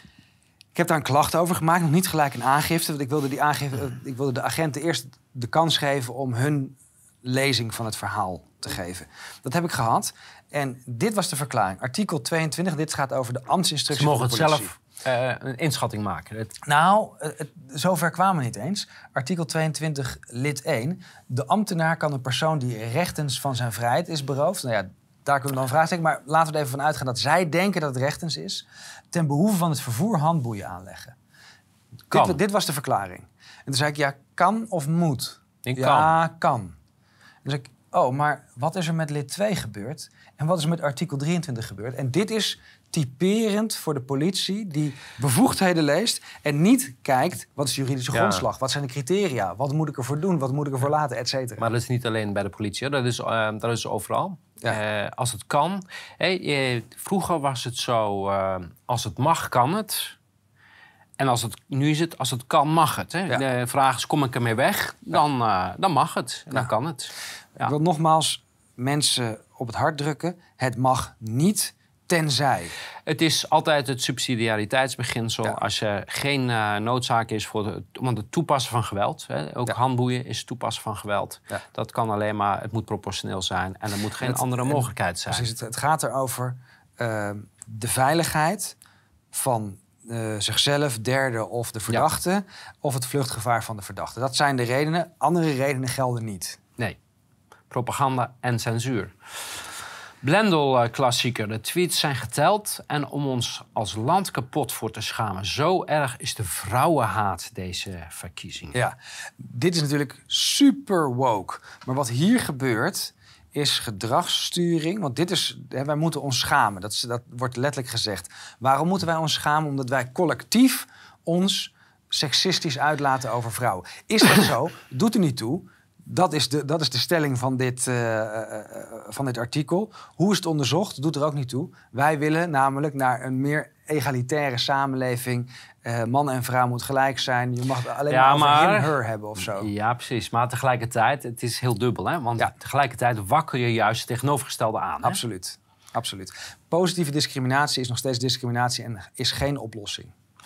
Speaker 1: Ik heb daar een klacht over gemaakt, nog niet gelijk een aangifte. Want ik wilde de agenten eerst de kans geven om hun lezing van het verhaal te geven. Dat heb ik gehad. En dit was de verklaring. Artikel 22, dit gaat over de ambtsinstructie van de politie.
Speaker 2: Ze mogen het zelf een inschatting maken.
Speaker 1: Zover kwamen we niet eens. Artikel 22, lid 1. De ambtenaar kan een persoon die rechtens van zijn vrijheid is beroofd... Nou ja, daar kunnen we dan een vraag stellen. Maar laten we er even van uitgaan dat zij denken dat het rechtens is, ten behoeve van het vervoer handboeien aanleggen. Dit was de verklaring. En toen zei ik, kan of moet? Kan. Dus zei ik, maar wat is er met lid 2 gebeurd? En wat is er met artikel 23 gebeurd? En dit is typerend voor de politie die bevoegdheden leest en niet kijkt, wat is de juridische grondslag? Wat zijn de criteria? Wat moet ik ervoor doen? Wat moet ik ervoor laten? Et cetera.
Speaker 2: Maar dat is niet alleen bij de politie, dat is overal. Ja. Als het kan. Vroeger was het zo, als het mag, kan het. En nu is het, als het kan, mag het. Hè? Ja. De vraag is, kom ik ermee weg? Dan mag het. Dan kan het. Ja.
Speaker 1: Ik wil nogmaals mensen op het hart drukken. Het mag niet, tenzij.
Speaker 2: Het is altijd het subsidiariteitsbeginsel. Ja. Als er geen noodzaak is voor het toepassen van geweld. Hè? Ook handboeien is toepassen van geweld. Ja. Dat kan alleen maar, het moet proportioneel zijn. En er moet geen andere mogelijkheid zijn.
Speaker 1: Precies, het gaat erover de veiligheid van zichzelf, derde of de verdachte, of het vluchtgevaar van de verdachte. Dat zijn de redenen. Andere redenen gelden niet.
Speaker 2: Nee. Propaganda en censuur. Blendel-klassieker. De tweets zijn geteld. En om ons als land kapot voor te schamen. Zo erg is de vrouwenhaat deze verkiezing.
Speaker 1: Ja, dit is natuurlijk super woke. Maar wat hier gebeurt is gedragssturing. Want wij moeten ons schamen. Dat wordt letterlijk gezegd. Waarom moeten wij ons schamen? Omdat wij collectief ons seksistisch uitlaten over vrouwen. Is dat zo? Doet er niet toe. Dat is de stelling van dit artikel. Hoe is het onderzocht? Doet er ook niet toe. Wij willen namelijk naar een meer egalitaire samenleving. Man en vrouw moet gelijk zijn. Je mag alleen maar over her hebben of zo.
Speaker 2: Ja, precies. Maar tegelijkertijd, het is heel dubbel. Hè? Want tegelijkertijd wakker je juist het tegenovergestelde aan. Hè?
Speaker 1: Absoluut. Positieve discriminatie is nog steeds discriminatie en is geen oplossing.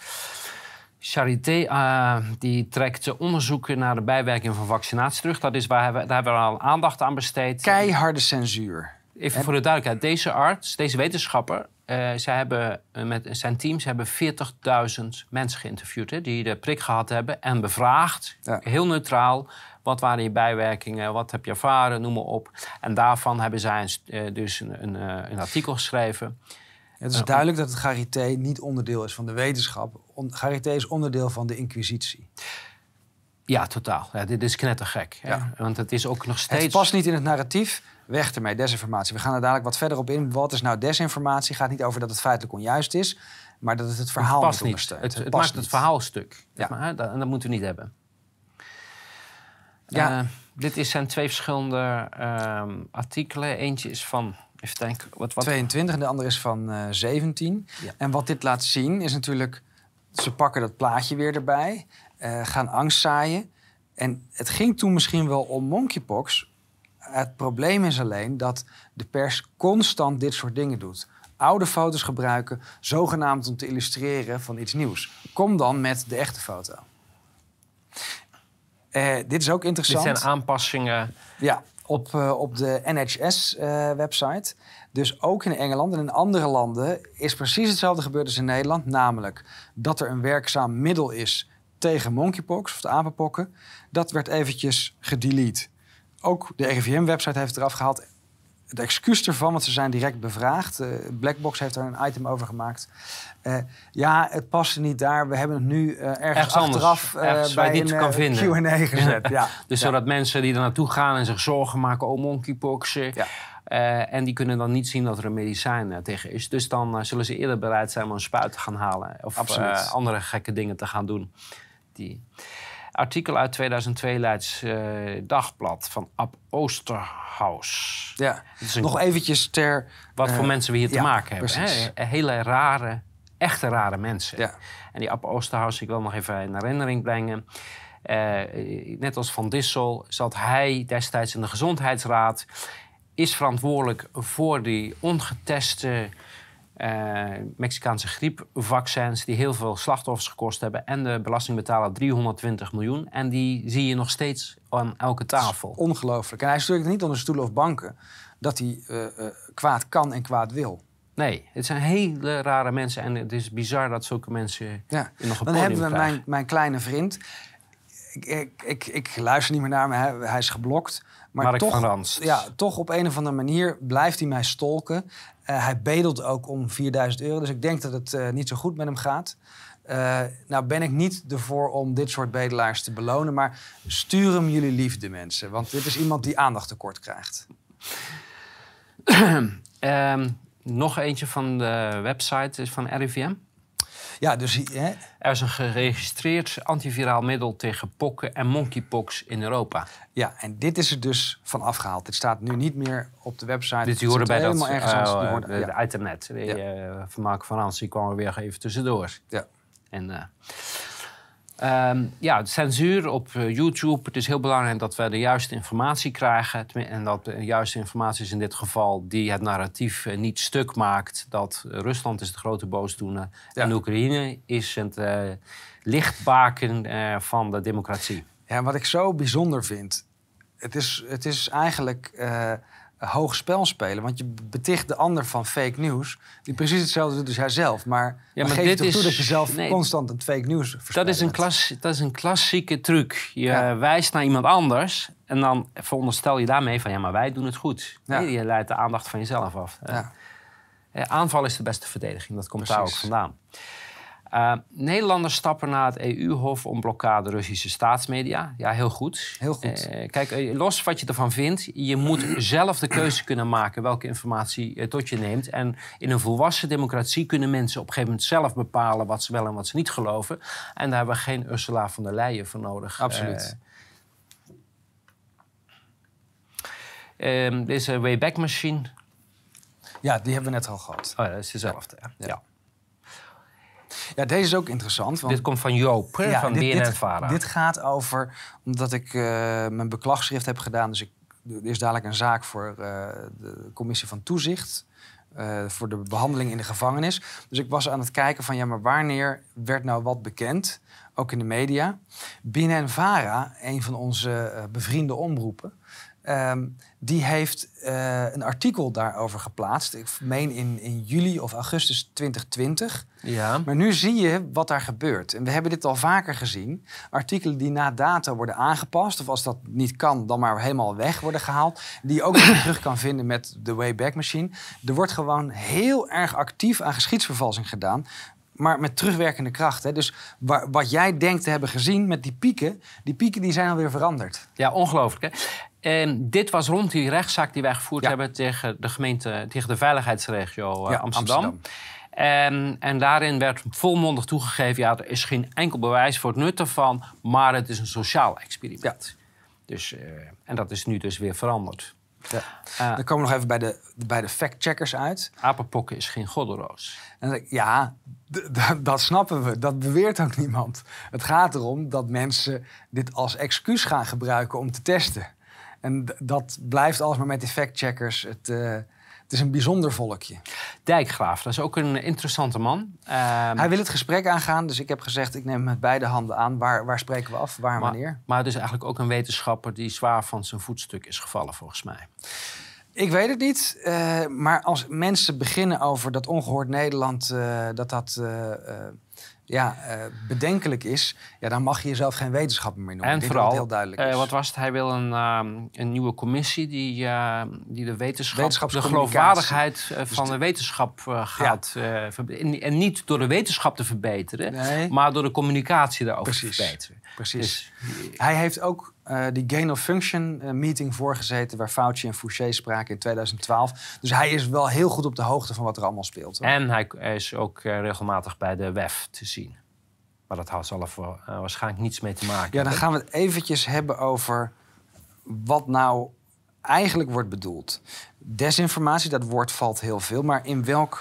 Speaker 2: Charité die trekt onderzoeken naar de bijwerking van vaccinatie terug. Daar hebben we al aandacht aan besteed.
Speaker 1: Keiharde censuur.
Speaker 2: Even voor de duidelijkheid. Deze arts, deze wetenschapper, zij hebben met zijn teams 40.000 mensen geïnterviewd, hè, die de prik gehad hebben en bevraagd. Ja. Heel neutraal. Wat waren je bijwerkingen? Wat heb je ervaren? Noem maar op. En daarvan hebben zij dus een artikel geschreven.
Speaker 1: Het is duidelijk dat het Charité niet onderdeel is van de wetenschap. Charité is onderdeel van de Inquisitie.
Speaker 2: Ja, totaal. Ja, dit is knettergek.
Speaker 1: Ja.
Speaker 2: Want het is ook nog steeds...
Speaker 1: Het past niet in het narratief. Weg ermee, desinformatie. We gaan er dadelijk wat verder op in. Wat is nou desinformatie? Het gaat niet over dat het feitelijk onjuist is, maar dat het verhaal
Speaker 2: past
Speaker 1: niet
Speaker 2: niet.
Speaker 1: ondersteunt.
Speaker 2: Het maakt het verhaal stuk.
Speaker 1: Ja.
Speaker 2: En dat moeten we niet hebben.
Speaker 1: Ja.
Speaker 2: Dit zijn 2 verschillende artikelen. Eentje is van, even denken, wat?
Speaker 1: 22 en de andere is van 17.
Speaker 2: Ja.
Speaker 1: En wat dit laat zien is natuurlijk, ze pakken dat plaatje weer erbij, gaan angst zaaien. En het ging toen misschien wel om monkeypox. Het probleem is alleen dat de pers constant dit soort dingen doet. Oude foto's gebruiken, zogenaamd om te illustreren van iets nieuws. Kom dan met de echte foto. Dit is ook interessant.
Speaker 2: Dit zijn aanpassingen.
Speaker 1: Ja, op de NHS-website. Dus ook in Engeland en in andere landen is precies hetzelfde gebeurd als in Nederland. Namelijk dat er een werkzaam middel is tegen monkeypox of de apenpokken. Dat werd eventjes gedelete. Ook de RIVM-website heeft het eraf gehaald. Het excuus ervan, want ze zijn direct bevraagd. Blackbox heeft daar een item over gemaakt. Ja, het paste niet daar. We hebben het nu ergens achteraf bij een Q&A gezet. Ja.
Speaker 2: Dus zodat mensen die er naartoe gaan en zich zorgen maken... oh, monkeypox. En die kunnen dan niet zien dat er een medicijn tegen is. Dus dan zullen ze eerder bereid zijn om een spuit te gaan halen. Of andere gekke dingen te gaan doen. Artikel uit 2002 Leids Dagblad van Ab Oosterhuis.
Speaker 1: Ja, nog eventjes ter...
Speaker 2: Wat voor mensen we hier te maken hebben.
Speaker 1: Precies.
Speaker 2: Hele rare, echte rare mensen. Ja. En die Ab Oosterhuis, ik wil nog even in herinnering brengen. Net als Van Dissel zat hij destijds in de Gezondheidsraad. Is verantwoordelijk voor die ongeteste... Mexicaanse griepvaccins die heel veel slachtoffers gekost hebben. En de belastingbetaler 320 miljoen. En die zie je nog steeds aan elke tafel.
Speaker 1: Ongelooflijk. En hij is natuurlijk niet onder stoelen of banken dat hij kwaad kan en kwaad wil.
Speaker 2: Nee, het zijn hele rare mensen. En het is bizar dat zulke mensen nog een
Speaker 1: Dan hebben we mijn kleine vriend. Ik luister niet meer naar hem, hij is geblokt. Maar
Speaker 2: Mark
Speaker 1: toch,
Speaker 2: van Ranst.
Speaker 1: Ja, toch op een of andere manier blijft hij mij stalken. Hij bedelt ook om €4.000. Dus ik denk dat het niet zo goed met hem gaat. Nou ben ik niet ervoor om dit soort bedelaars te belonen. Maar stuur hem jullie liefde, mensen. Want dit is iemand die aandacht tekort krijgt.
Speaker 2: Nog eentje van de website is van RIVM.
Speaker 1: Ja, dus...
Speaker 2: Er is een geregistreerd antiviraal middel tegen pokken en monkeypox in Europa.
Speaker 1: Ja, en dit is er dus van afgehaald. Dit staat nu niet meer op de website.
Speaker 2: Dit die horen bij dat
Speaker 1: de
Speaker 2: itemnet. Van Mark van Rans, die kwam er weer even tussendoor.
Speaker 1: Ja.
Speaker 2: En de censuur op YouTube. Het is heel belangrijk dat we de juiste informatie krijgen. En dat de juiste informatie is in dit geval die het narratief niet stuk maakt. Dat Rusland is de grote boosdoener. Ja. En Oekraïne is het lichtbaken van de democratie.
Speaker 1: Ja, wat ik zo bijzonder vind. Het is eigenlijk hoog spel spelen. Want je beticht de ander van fake news. Die precies hetzelfde doet als jijzelf. Maar geef je toch toe dat je zelf constant een fake news verspreidt.
Speaker 2: Dat is een klassieke truc. Je wijst naar iemand anders. En dan veronderstel je daarmee van... ja, maar wij doen het goed. Ja. Nee, je leidt de aandacht van jezelf af. Aanval is de beste verdediging. Dat komt daar ook vandaan. Nederlanders stappen naar het EU-hof om blokkade Russische staatsmedia. Ja, heel goed.
Speaker 1: Heel goed.
Speaker 2: Kijk, los wat je ervan vindt... je moet zelf de keuze kunnen maken welke informatie tot je neemt. En in een volwassen democratie kunnen mensen op een gegeven moment zelf bepalen... wat ze wel en wat ze niet geloven. En daar hebben we geen Ursula von der Leyen voor nodig.
Speaker 1: Absoluut.
Speaker 2: Deze Wayback Machine.
Speaker 1: Ja, die hebben we net al gehad.
Speaker 2: Oh, dat is dezelfde. Ja.
Speaker 1: Ja, deze is ook interessant. Want
Speaker 2: dit komt van Joop, van BNN-Vara.
Speaker 1: Dit gaat over, omdat ik mijn beklasschrift heb gedaan... dus er is dadelijk een zaak voor de commissie van toezicht... voor de behandeling in de gevangenis. Dus ik was aan het kijken van... ja, maar wanneer werd nou wat bekend? Ook in de media. BNN-Vara, een van onze bevriende omroepen... die heeft een artikel daarover geplaatst. Ik meen in juli of augustus 2020.
Speaker 2: Ja.
Speaker 1: Maar nu zie je wat daar gebeurt. En we hebben dit al vaker gezien. Artikelen die na data worden aangepast... of als dat niet kan, dan maar helemaal weg worden gehaald... die je ook weer terug kan vinden met de Wayback Machine. Er wordt gewoon heel erg actief aan geschiedsvervalsing gedaan... maar met terugwerkende kracht. Hè? Dus wat jij denkt te hebben gezien met die pieken die zijn alweer veranderd.
Speaker 2: Ja, ongelooflijk. Hè? Dit was rond die rechtszaak die wij gevoerd hebben tegen de gemeente, tegen de veiligheidsregio Amsterdam. En daarin werd volmondig toegegeven, er is geen enkel bewijs voor het nut ervan, maar het is een sociaal experiment. Ja. Dus, en dat is nu dus weer veranderd.
Speaker 1: Ja. Dan komen we nog even bij de fact-checkers uit.
Speaker 2: Apenpokken is geen godderoos.
Speaker 1: En dat snappen we. Dat beweert ook niemand. Het gaat erom dat mensen dit als excuus gaan gebruiken om te testen. En dat blijft alsmaar met die fact-checkers. Het is een bijzonder volkje.
Speaker 2: Dijkgraaf, dat is ook een interessante man.
Speaker 1: Hij wil het gesprek aangaan, dus ik heb gezegd, ik neem hem met beide handen aan. Waar spreken we af, waar en wanneer?
Speaker 2: Maar het is eigenlijk ook een wetenschapper die zwaar van zijn voetstuk is gevallen, volgens mij.
Speaker 1: Ik weet het niet, maar als mensen beginnen over dat ongehoord Nederland, bedenkelijk is, dan mag je jezelf geen wetenschapper meer noemen.
Speaker 2: En vooral,
Speaker 1: heel duidelijk is.
Speaker 2: Wat was het? Hij wil een nieuwe commissie die de de geloofwaardigheid van de wetenschap gaat en niet door de wetenschap te verbeteren, maar door de communicatie daarover te verbeteren.
Speaker 1: Precies. Dus, hij heeft ook die gain of function meeting voorgezeten waar Fauci en Fouché spraken in 2012. Dus hij is wel heel goed op de hoogte van wat er allemaal speelt. Hoor.
Speaker 2: En hij is ook regelmatig bij de WEF te zien. Maar dat zal er waarschijnlijk niets mee te maken.
Speaker 1: Ja, dan gaan we het eventjes hebben over wat nou eigenlijk wordt bedoeld. Desinformatie, dat woord valt heel veel. Maar in welk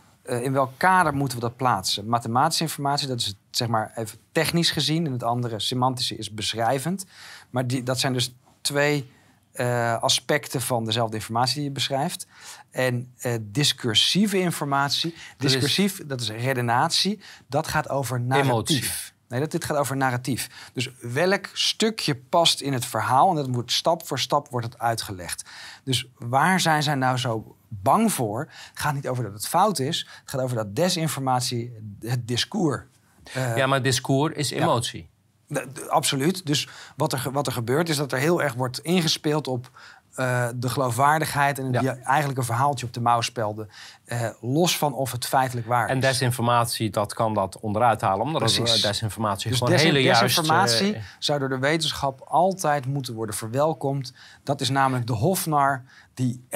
Speaker 1: kader moeten we dat plaatsen? Mathematische informatie, dat is het, zeg maar even technisch gezien. En het andere, semantische, is beschrijvend. Maar dat zijn dus twee aspecten van dezelfde informatie die je beschrijft. En discursieve informatie, dat is redenatie, dat gaat over narratief. Nee, dit gaat over narratief. Dus welk stukje past in het verhaal? En dat moet stap voor stap wordt het uitgelegd. Dus waar zijn zij nou zo bang voor? Het gaat niet over dat het fout is. Het gaat over dat desinformatie, het discours.
Speaker 2: Maar discours is emotie.
Speaker 1: Ja, absoluut. Dus wat er gebeurt is dat er heel erg wordt ingespeeld op de geloofwaardigheid en die eigenlijk een verhaaltje op de mouw spelde. Los van of het feitelijk waar is.
Speaker 2: En desinformatie, dat kan dat onderuit halen. Omdat desinformatie dus gewoon hele juist...
Speaker 1: Desinformatie zou door de wetenschap altijd moeten worden verwelkomd. Dat is namelijk de hofnar die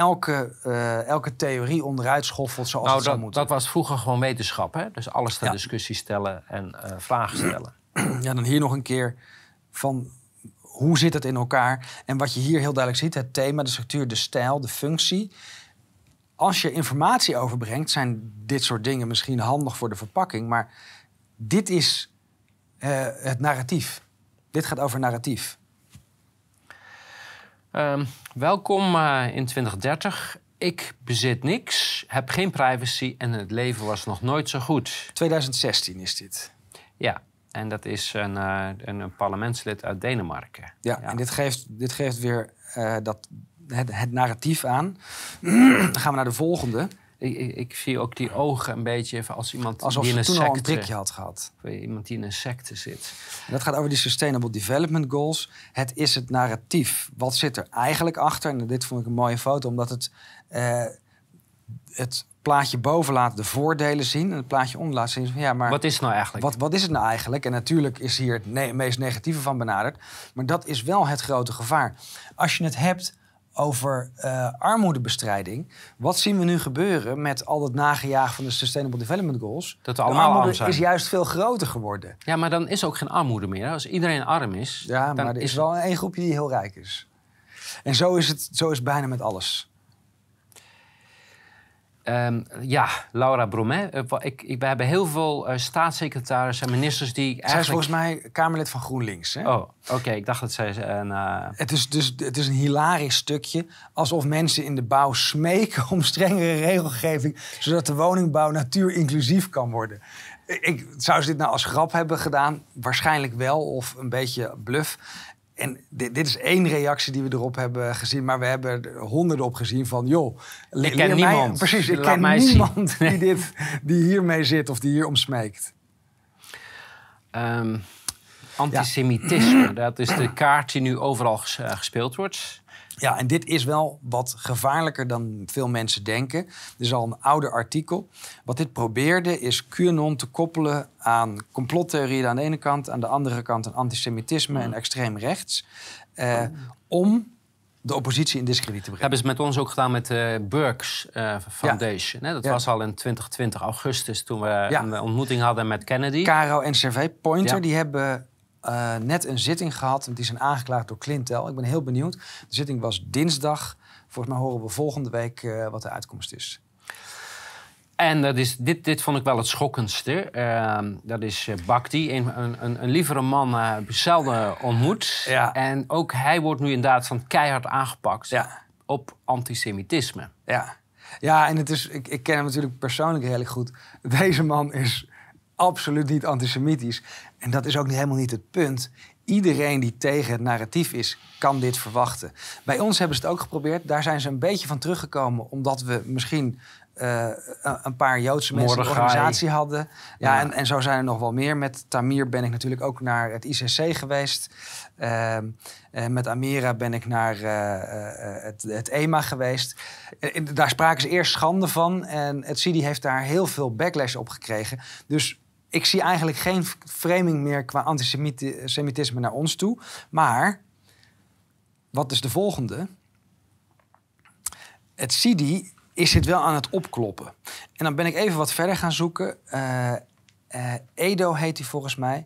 Speaker 1: elke theorie onderuit schoffelt zoals het zou moeten.
Speaker 2: Dat was vroeger gewoon wetenschap. Hè? Dus alles ter discussie stellen en vragen stellen.
Speaker 1: Ja, dan hier nog een keer van hoe zit het in elkaar? En wat je hier heel duidelijk ziet, het thema, de structuur, de stijl, de functie. Als je informatie overbrengt, zijn dit soort dingen misschien handig voor de verpakking. Maar dit is het narratief. Dit gaat over narratief.
Speaker 2: Welkom in 2030. Ik bezit niks, heb geen privacy en het leven was nog nooit zo goed.
Speaker 1: 2016 is dit.
Speaker 2: Ja. En dat is een parlementslid uit Denemarken.
Speaker 1: Ja, en dit geeft weer het narratief aan. Dan gaan we naar de volgende.
Speaker 2: Ik zie ook die ogen een beetje als iemand
Speaker 1: alsof
Speaker 2: die in een
Speaker 1: toen
Speaker 2: secte...
Speaker 1: al een prikje had gehad.
Speaker 2: Iemand die in een secte zit.
Speaker 1: En dat gaat over die Sustainable Development Goals. Het is het narratief. Wat zit er eigenlijk achter? En dit vond ik een mooie foto, omdat het plaatje boven laat de voordelen zien en het plaatje onder laat zien van maar
Speaker 2: wat is het nou eigenlijk?
Speaker 1: Wat is het nou eigenlijk? En natuurlijk is hier het meest negatieve van benaderd, maar dat is wel het grote gevaar. Als je het hebt over armoedebestrijding, wat zien we nu gebeuren met al het nagejaag van de Sustainable Development Goals?
Speaker 2: Dat we allemaal arm zijn.
Speaker 1: Is juist veel groter geworden.
Speaker 2: Ja, maar dan is ook geen armoede meer. Als iedereen arm is,
Speaker 1: ja, maar er is wel één groepje die heel rijk is. En zo is het bijna met alles.
Speaker 2: Laura Bromet. We hebben heel veel staatssecretarissen en ministers die eigenlijk...
Speaker 1: Zij is volgens mij Kamerlid van GroenLinks. Hè?
Speaker 2: Oh, oké. Ik dacht dat zij...
Speaker 1: Het is een hilarisch stukje. Alsof mensen in de bouw smeken om strengere regelgeving, zodat de woningbouw natuurinclusief kan worden. Zou ze dit nou als grap hebben gedaan? Waarschijnlijk wel, of een beetje bluff. En dit is één reactie die we erop hebben gezien. Maar we hebben er honderden op gezien van...
Speaker 2: ik ken niemand.
Speaker 1: Precies, ik ken niemand die hiermee zit of die hier om smeekt.
Speaker 2: Antisemitisme, dat is de kaart die nu overal gespeeld wordt.
Speaker 1: Ja, en dit is wel wat gevaarlijker dan veel mensen denken. Dit is al een ouder artikel. Wat dit probeerde is QAnon te koppelen aan complottheorieën aan de ene kant, aan de andere kant aan antisemitisme en extreem rechts. Om de oppositie in discrediet te brengen.
Speaker 2: Hebben ze met ons ook gedaan met de Burks Foundation. Ja. Dat was al in 2020 augustus toen we een ontmoeting hadden met Kennedy.
Speaker 1: Caro en Servé Pointer, die hebben net een zitting gehad. Want die zijn aangeklaagd door Clintel. Ik ben heel benieuwd. De zitting was dinsdag. Volgens mij horen we volgende week wat de uitkomst is.
Speaker 2: En dat is, dit vond ik wel het schokkendste. Dat is Bhakti, een lievere man, zelden ontmoet.
Speaker 1: Ja.
Speaker 2: En ook hij wordt nu inderdaad van keihard aangepakt op antisemitisme.
Speaker 1: Ja, en het is, ik ken hem natuurlijk persoonlijk redelijk goed. Deze man is absoluut niet antisemitisch. En dat is ook helemaal niet het punt. Iedereen die tegen het narratief is, kan dit verwachten. Bij ons hebben ze het ook geprobeerd. Daar zijn ze een beetje van teruggekomen, omdat we misschien een paar Joodse mensen in de organisatie hadden. Ja. En zo zijn er nog wel meer. Met Tamir ben ik natuurlijk ook naar het ICC geweest. Met Amira ben ik naar het EMA geweest. Daar spraken ze eerst schande van. En het CIDI heeft daar heel veel backlash op gekregen. Dus ik zie eigenlijk geen framing meer qua antisemitisme naar ons toe. Maar wat is de volgende? Het CIDI is dit wel aan het opkloppen. En dan ben ik even wat verder gaan zoeken. Edo heet hij volgens mij.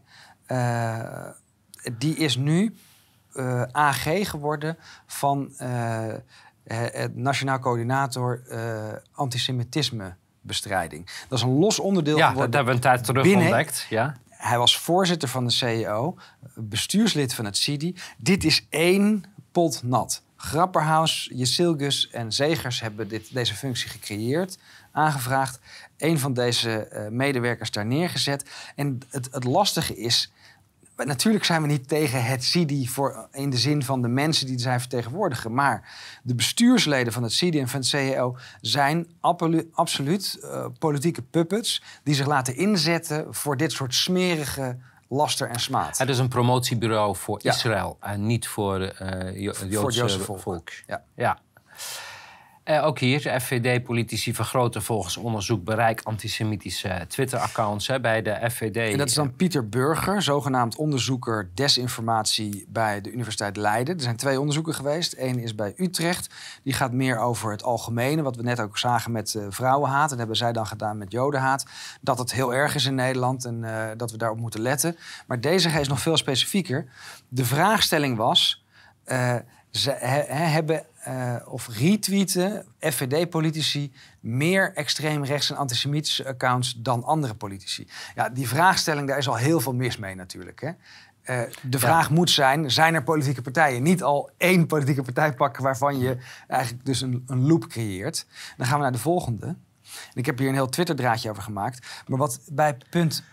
Speaker 1: Die is nu AG geworden van het Nationaal Coördinator Antisemitismebestrijding. Dat is een los onderdeel geworden.
Speaker 2: Ja, dat hebben we een tijd terug ontdekt. Ja.
Speaker 1: Hij was voorzitter van de CEO, bestuurslid van het CIDI. Dit is één pot nat. Grapperhaus, Jezilgus en Zegers hebben deze functie gecreëerd, aangevraagd. Een van deze medewerkers daar neergezet. En het lastige is, natuurlijk zijn we niet tegen het CIDI in de zin van de mensen die zij vertegenwoordigen. Maar de bestuursleden van het CIDI en van het CEO zijn absoluut politieke puppets die zich laten inzetten voor dit soort smerige laster en smaad.
Speaker 2: Het is een promotiebureau voor Israël en niet voor het Joodse volk. Ja. Ook hier, de FVD-politici vergroten volgens onderzoek bereik antisemitische Twitter-accounts bij de FVD.
Speaker 1: En dat is dan Pieter Burger, zogenaamd onderzoeker desinformatie bij de Universiteit Leiden. Er zijn 2 onderzoeken geweest. Eén is bij Utrecht. Die gaat meer over het algemene, wat we net ook zagen met vrouwenhaat. Dat hebben zij dan gedaan met jodenhaat. Dat het heel erg is in Nederland en dat we daarop moeten letten. Maar deze is nog veel specifieker. De vraagstelling was, hebben of retweeten FVD-politici meer extreemrechts en antisemitische accounts dan andere politici? Ja, die vraagstelling, daar is al heel veel mis mee natuurlijk. Hè? De vraag moet zijn er politieke partijen? Niet al 1 politieke partij pakken waarvan je eigenlijk dus een loop creëert. Dan gaan we naar de volgende. En ik heb hier een heel Twitter-draadje over gemaakt. Maar wat bij punt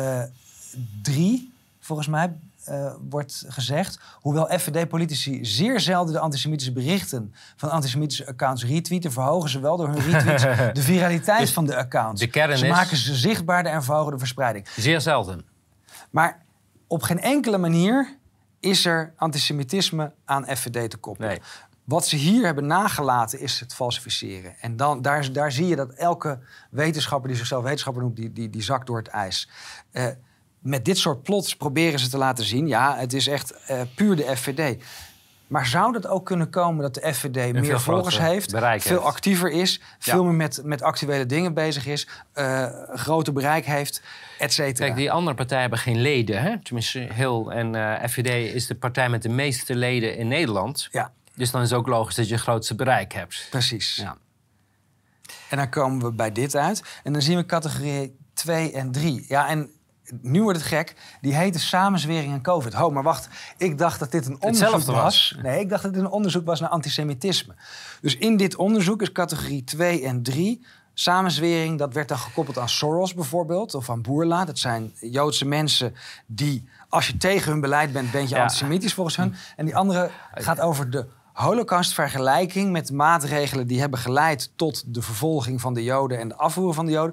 Speaker 1: 3, volgens mij, wordt gezegd, hoewel FVD-politici zeer zelden de antisemitische berichten van antisemitische accounts retweeten, verhogen ze wel door hun retweets de viraliteit dus van de accounts.
Speaker 2: De kern
Speaker 1: ze maken ze zichtbaarder en verhogen de verspreiding.
Speaker 2: Zeer zelden.
Speaker 1: Maar op geen enkele manier is er antisemitisme aan FVD te koppelen.
Speaker 2: Nee.
Speaker 1: Wat ze hier hebben nagelaten is het falsificeren. En dan, daar zie je dat elke wetenschapper die zichzelf wetenschapper noemt, die zakt door het ijs. Met dit soort plots proberen ze te laten zien, ja, het is echt puur de FVD. Maar zou dat ook kunnen komen dat de FVD meer volgers heeft, veel actiever is, veel meer met actuele dingen bezig is, groter bereik heeft, et cetera?
Speaker 2: Kijk, die andere partijen hebben geen leden, hè? Tenminste, FVD is de partij met de meeste leden in Nederland.
Speaker 1: Ja.
Speaker 2: Dus dan is het ook logisch dat je het grootste bereik hebt.
Speaker 1: Precies.
Speaker 2: Ja.
Speaker 1: En dan komen we bij dit uit. En dan zien we categorie 2 en 3. Ja, en nu wordt het gek. Die heette samenzwering en COVID. Ho, maar wacht. Ik dacht dat dit een onderzoek was. Nee, ik dacht dat dit een onderzoek was naar antisemitisme. Dus in dit onderzoek is categorie 2 en 3... samenzwering, dat werd dan gekoppeld aan Soros bijvoorbeeld. Of aan Bourla. Dat zijn Joodse mensen die, als je tegen hun beleid bent, ben je antisemitisch volgens hun. En die andere gaat over de Holocaust-vergelijking met maatregelen die hebben geleid tot de vervolging van de Joden en de afvoer van de Joden.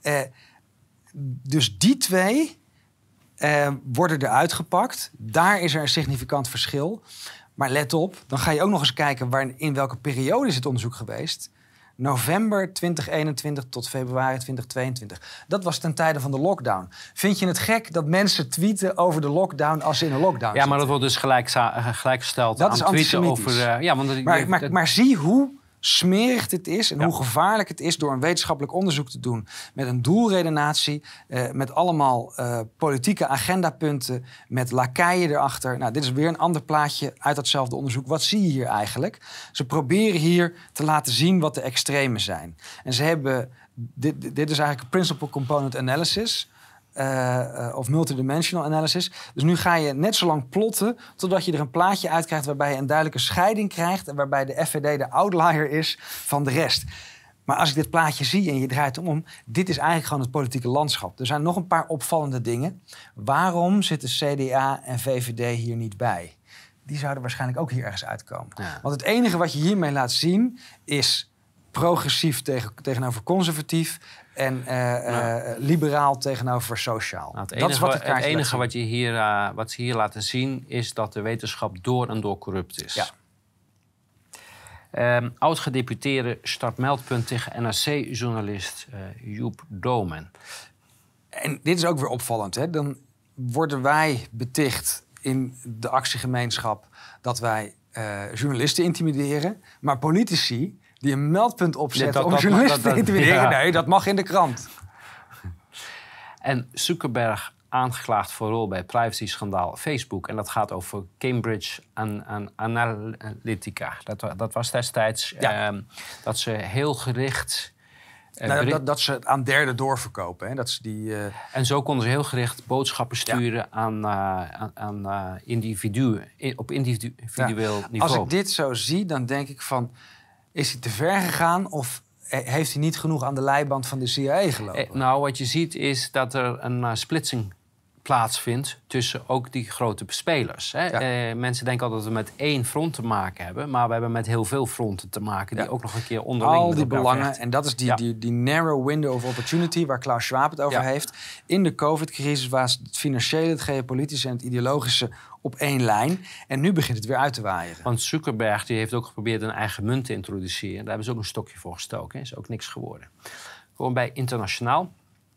Speaker 1: Dus die 2 worden eruit gepakt. Daar is er een significant verschil. Maar let op, dan ga je ook nog eens kijken in welke periode is het onderzoek geweest. November 2021 tot februari 2022. Dat was ten tijde van de lockdown. Vind je het gek dat mensen tweeten over de lockdown als ze in een lockdown zitten?
Speaker 2: Ja, maar dat wordt dus gelijkgesteld
Speaker 1: dat
Speaker 2: aan
Speaker 1: is
Speaker 2: tweeten over...
Speaker 1: Maar zie hoe smerig dit is en hoe gevaarlijk het is door een wetenschappelijk onderzoek te doen met een doelredenatie, met allemaal politieke agendapunten, met lakeien erachter. Nou, dit is weer een ander plaatje uit datzelfde onderzoek. Wat zie je hier eigenlijk? Ze proberen hier te laten zien wat de extremen zijn. En ze hebben, dit is eigenlijk principal component analysis, of multidimensional analysis. Dus nu ga je net zo lang plotten totdat je er een plaatje uit krijgt waarbij je een duidelijke scheiding krijgt en waarbij de FVD de outlier is van de rest. Maar als ik dit plaatje zie en je draait hem om, dit is eigenlijk gewoon het politieke landschap. Er zijn nog een paar opvallende dingen. Waarom zitten CDA en VVD hier niet bij? Die zouden waarschijnlijk ook hier ergens uitkomen. Ja. Want het enige wat je hiermee laat zien is progressief tegenover conservatief en liberaal tegenover sociaal.
Speaker 2: Nou, het enige wat ze hier laten zien is dat de wetenschap door en door corrupt is. Ja. Oud-gedeputeerde start meldpunt tegen NRC-journalist Joep Domen.
Speaker 1: En dit is ook weer opvallend. Hè? Dan worden wij beticht in de actiegemeenschap dat wij journalisten intimideren, maar politici die een meldpunt opzetten om journalisten te intimideren. Nee, dat mag in de krant.
Speaker 2: En Zuckerberg aangeklaagd voor rol bij privacy-schandaal Facebook. En dat gaat over Cambridge Analytica. Dat was destijds dat ze heel gericht...
Speaker 1: dat ze het aan derden doorverkopen. Hè? Dat ze die,
Speaker 2: En zo konden ze heel gericht boodschappen sturen aan individuen. Op individueel niveau.
Speaker 1: Als ik dit zo zie, dan denk ik van... Is hij te ver gegaan of heeft hij niet genoeg aan de leiband van de CIA gelopen?
Speaker 2: Nou, wat je ziet is dat er een splitsing plaatsvindt tussen ook die grote spelers. Hè? Ja. Mensen denken altijd dat we met één front te maken hebben, maar we hebben met heel veel fronten te maken die ook nog een keer onderling
Speaker 1: al die belangen vechten. En dat is die narrow window of opportunity waar Klaus Schwab het over heeft. In de COVID-crisis was het financiële, het geopolitische en het ideologische op één lijn. En nu begint het weer uit te waaieren.
Speaker 2: Want Zuckerberg die heeft ook geprobeerd een eigen munt te introduceren. Daar hebben ze ook een stokje voor gestoken. Is ook niks geworden. Gewoon bij internationaal.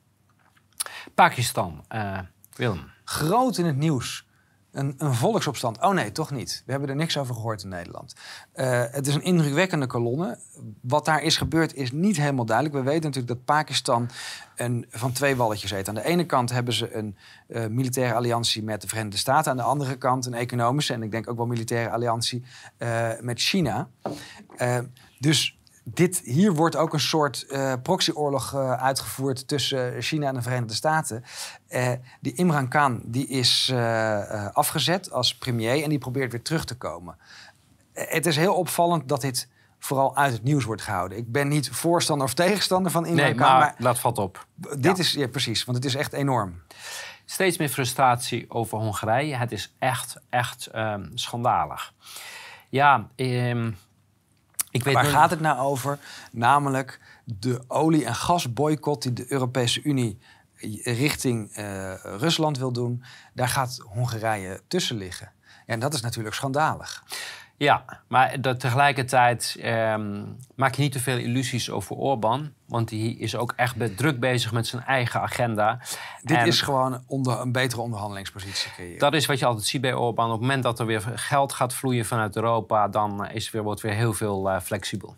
Speaker 2: Pakistan. Willem.
Speaker 1: Groot in het nieuws. Een volksopstand. Oh nee, toch niet. We hebben er niks over gehoord in Nederland. Het is een indrukwekkende kolonne. Wat daar is gebeurd is niet helemaal duidelijk. We weten natuurlijk dat Pakistan van twee walletjes eet. Aan de ene kant hebben ze een militaire alliantie met de Verenigde Staten. Aan de andere kant een economische en ik denk ook wel militaire alliantie met China. Dus hier wordt ook een soort proxyoorlog uitgevoerd tussen China en de Verenigde Staten. Die Imran Khan die is afgezet als premier en die probeert weer terug te komen. Het is heel opvallend dat dit vooral uit het nieuws wordt gehouden. Ik ben niet voorstander of tegenstander van Imran Khan.
Speaker 2: Maar dat valt op.
Speaker 1: Dit is precies, want het is echt enorm.
Speaker 2: Steeds meer frustratie over Hongarije. Het is echt schandalig. Ja,
Speaker 1: Waar gaat het nou over? Namelijk de olie- en gasboycott die de Europese Unie richting Rusland wil doen. Daar gaat Hongarije tussen liggen. En dat is natuurlijk schandalig.
Speaker 2: Ja, maar tegelijkertijd maak je niet te veel illusies over Orbán. Want die is ook echt druk bezig met zijn eigen agenda.
Speaker 1: Dit is gewoon een betere onderhandelingspositie creëren.
Speaker 2: Dat is wat je altijd ziet bij Orbán. Op het moment dat er weer geld gaat vloeien vanuit Europa, dan wordt weer heel veel flexibel.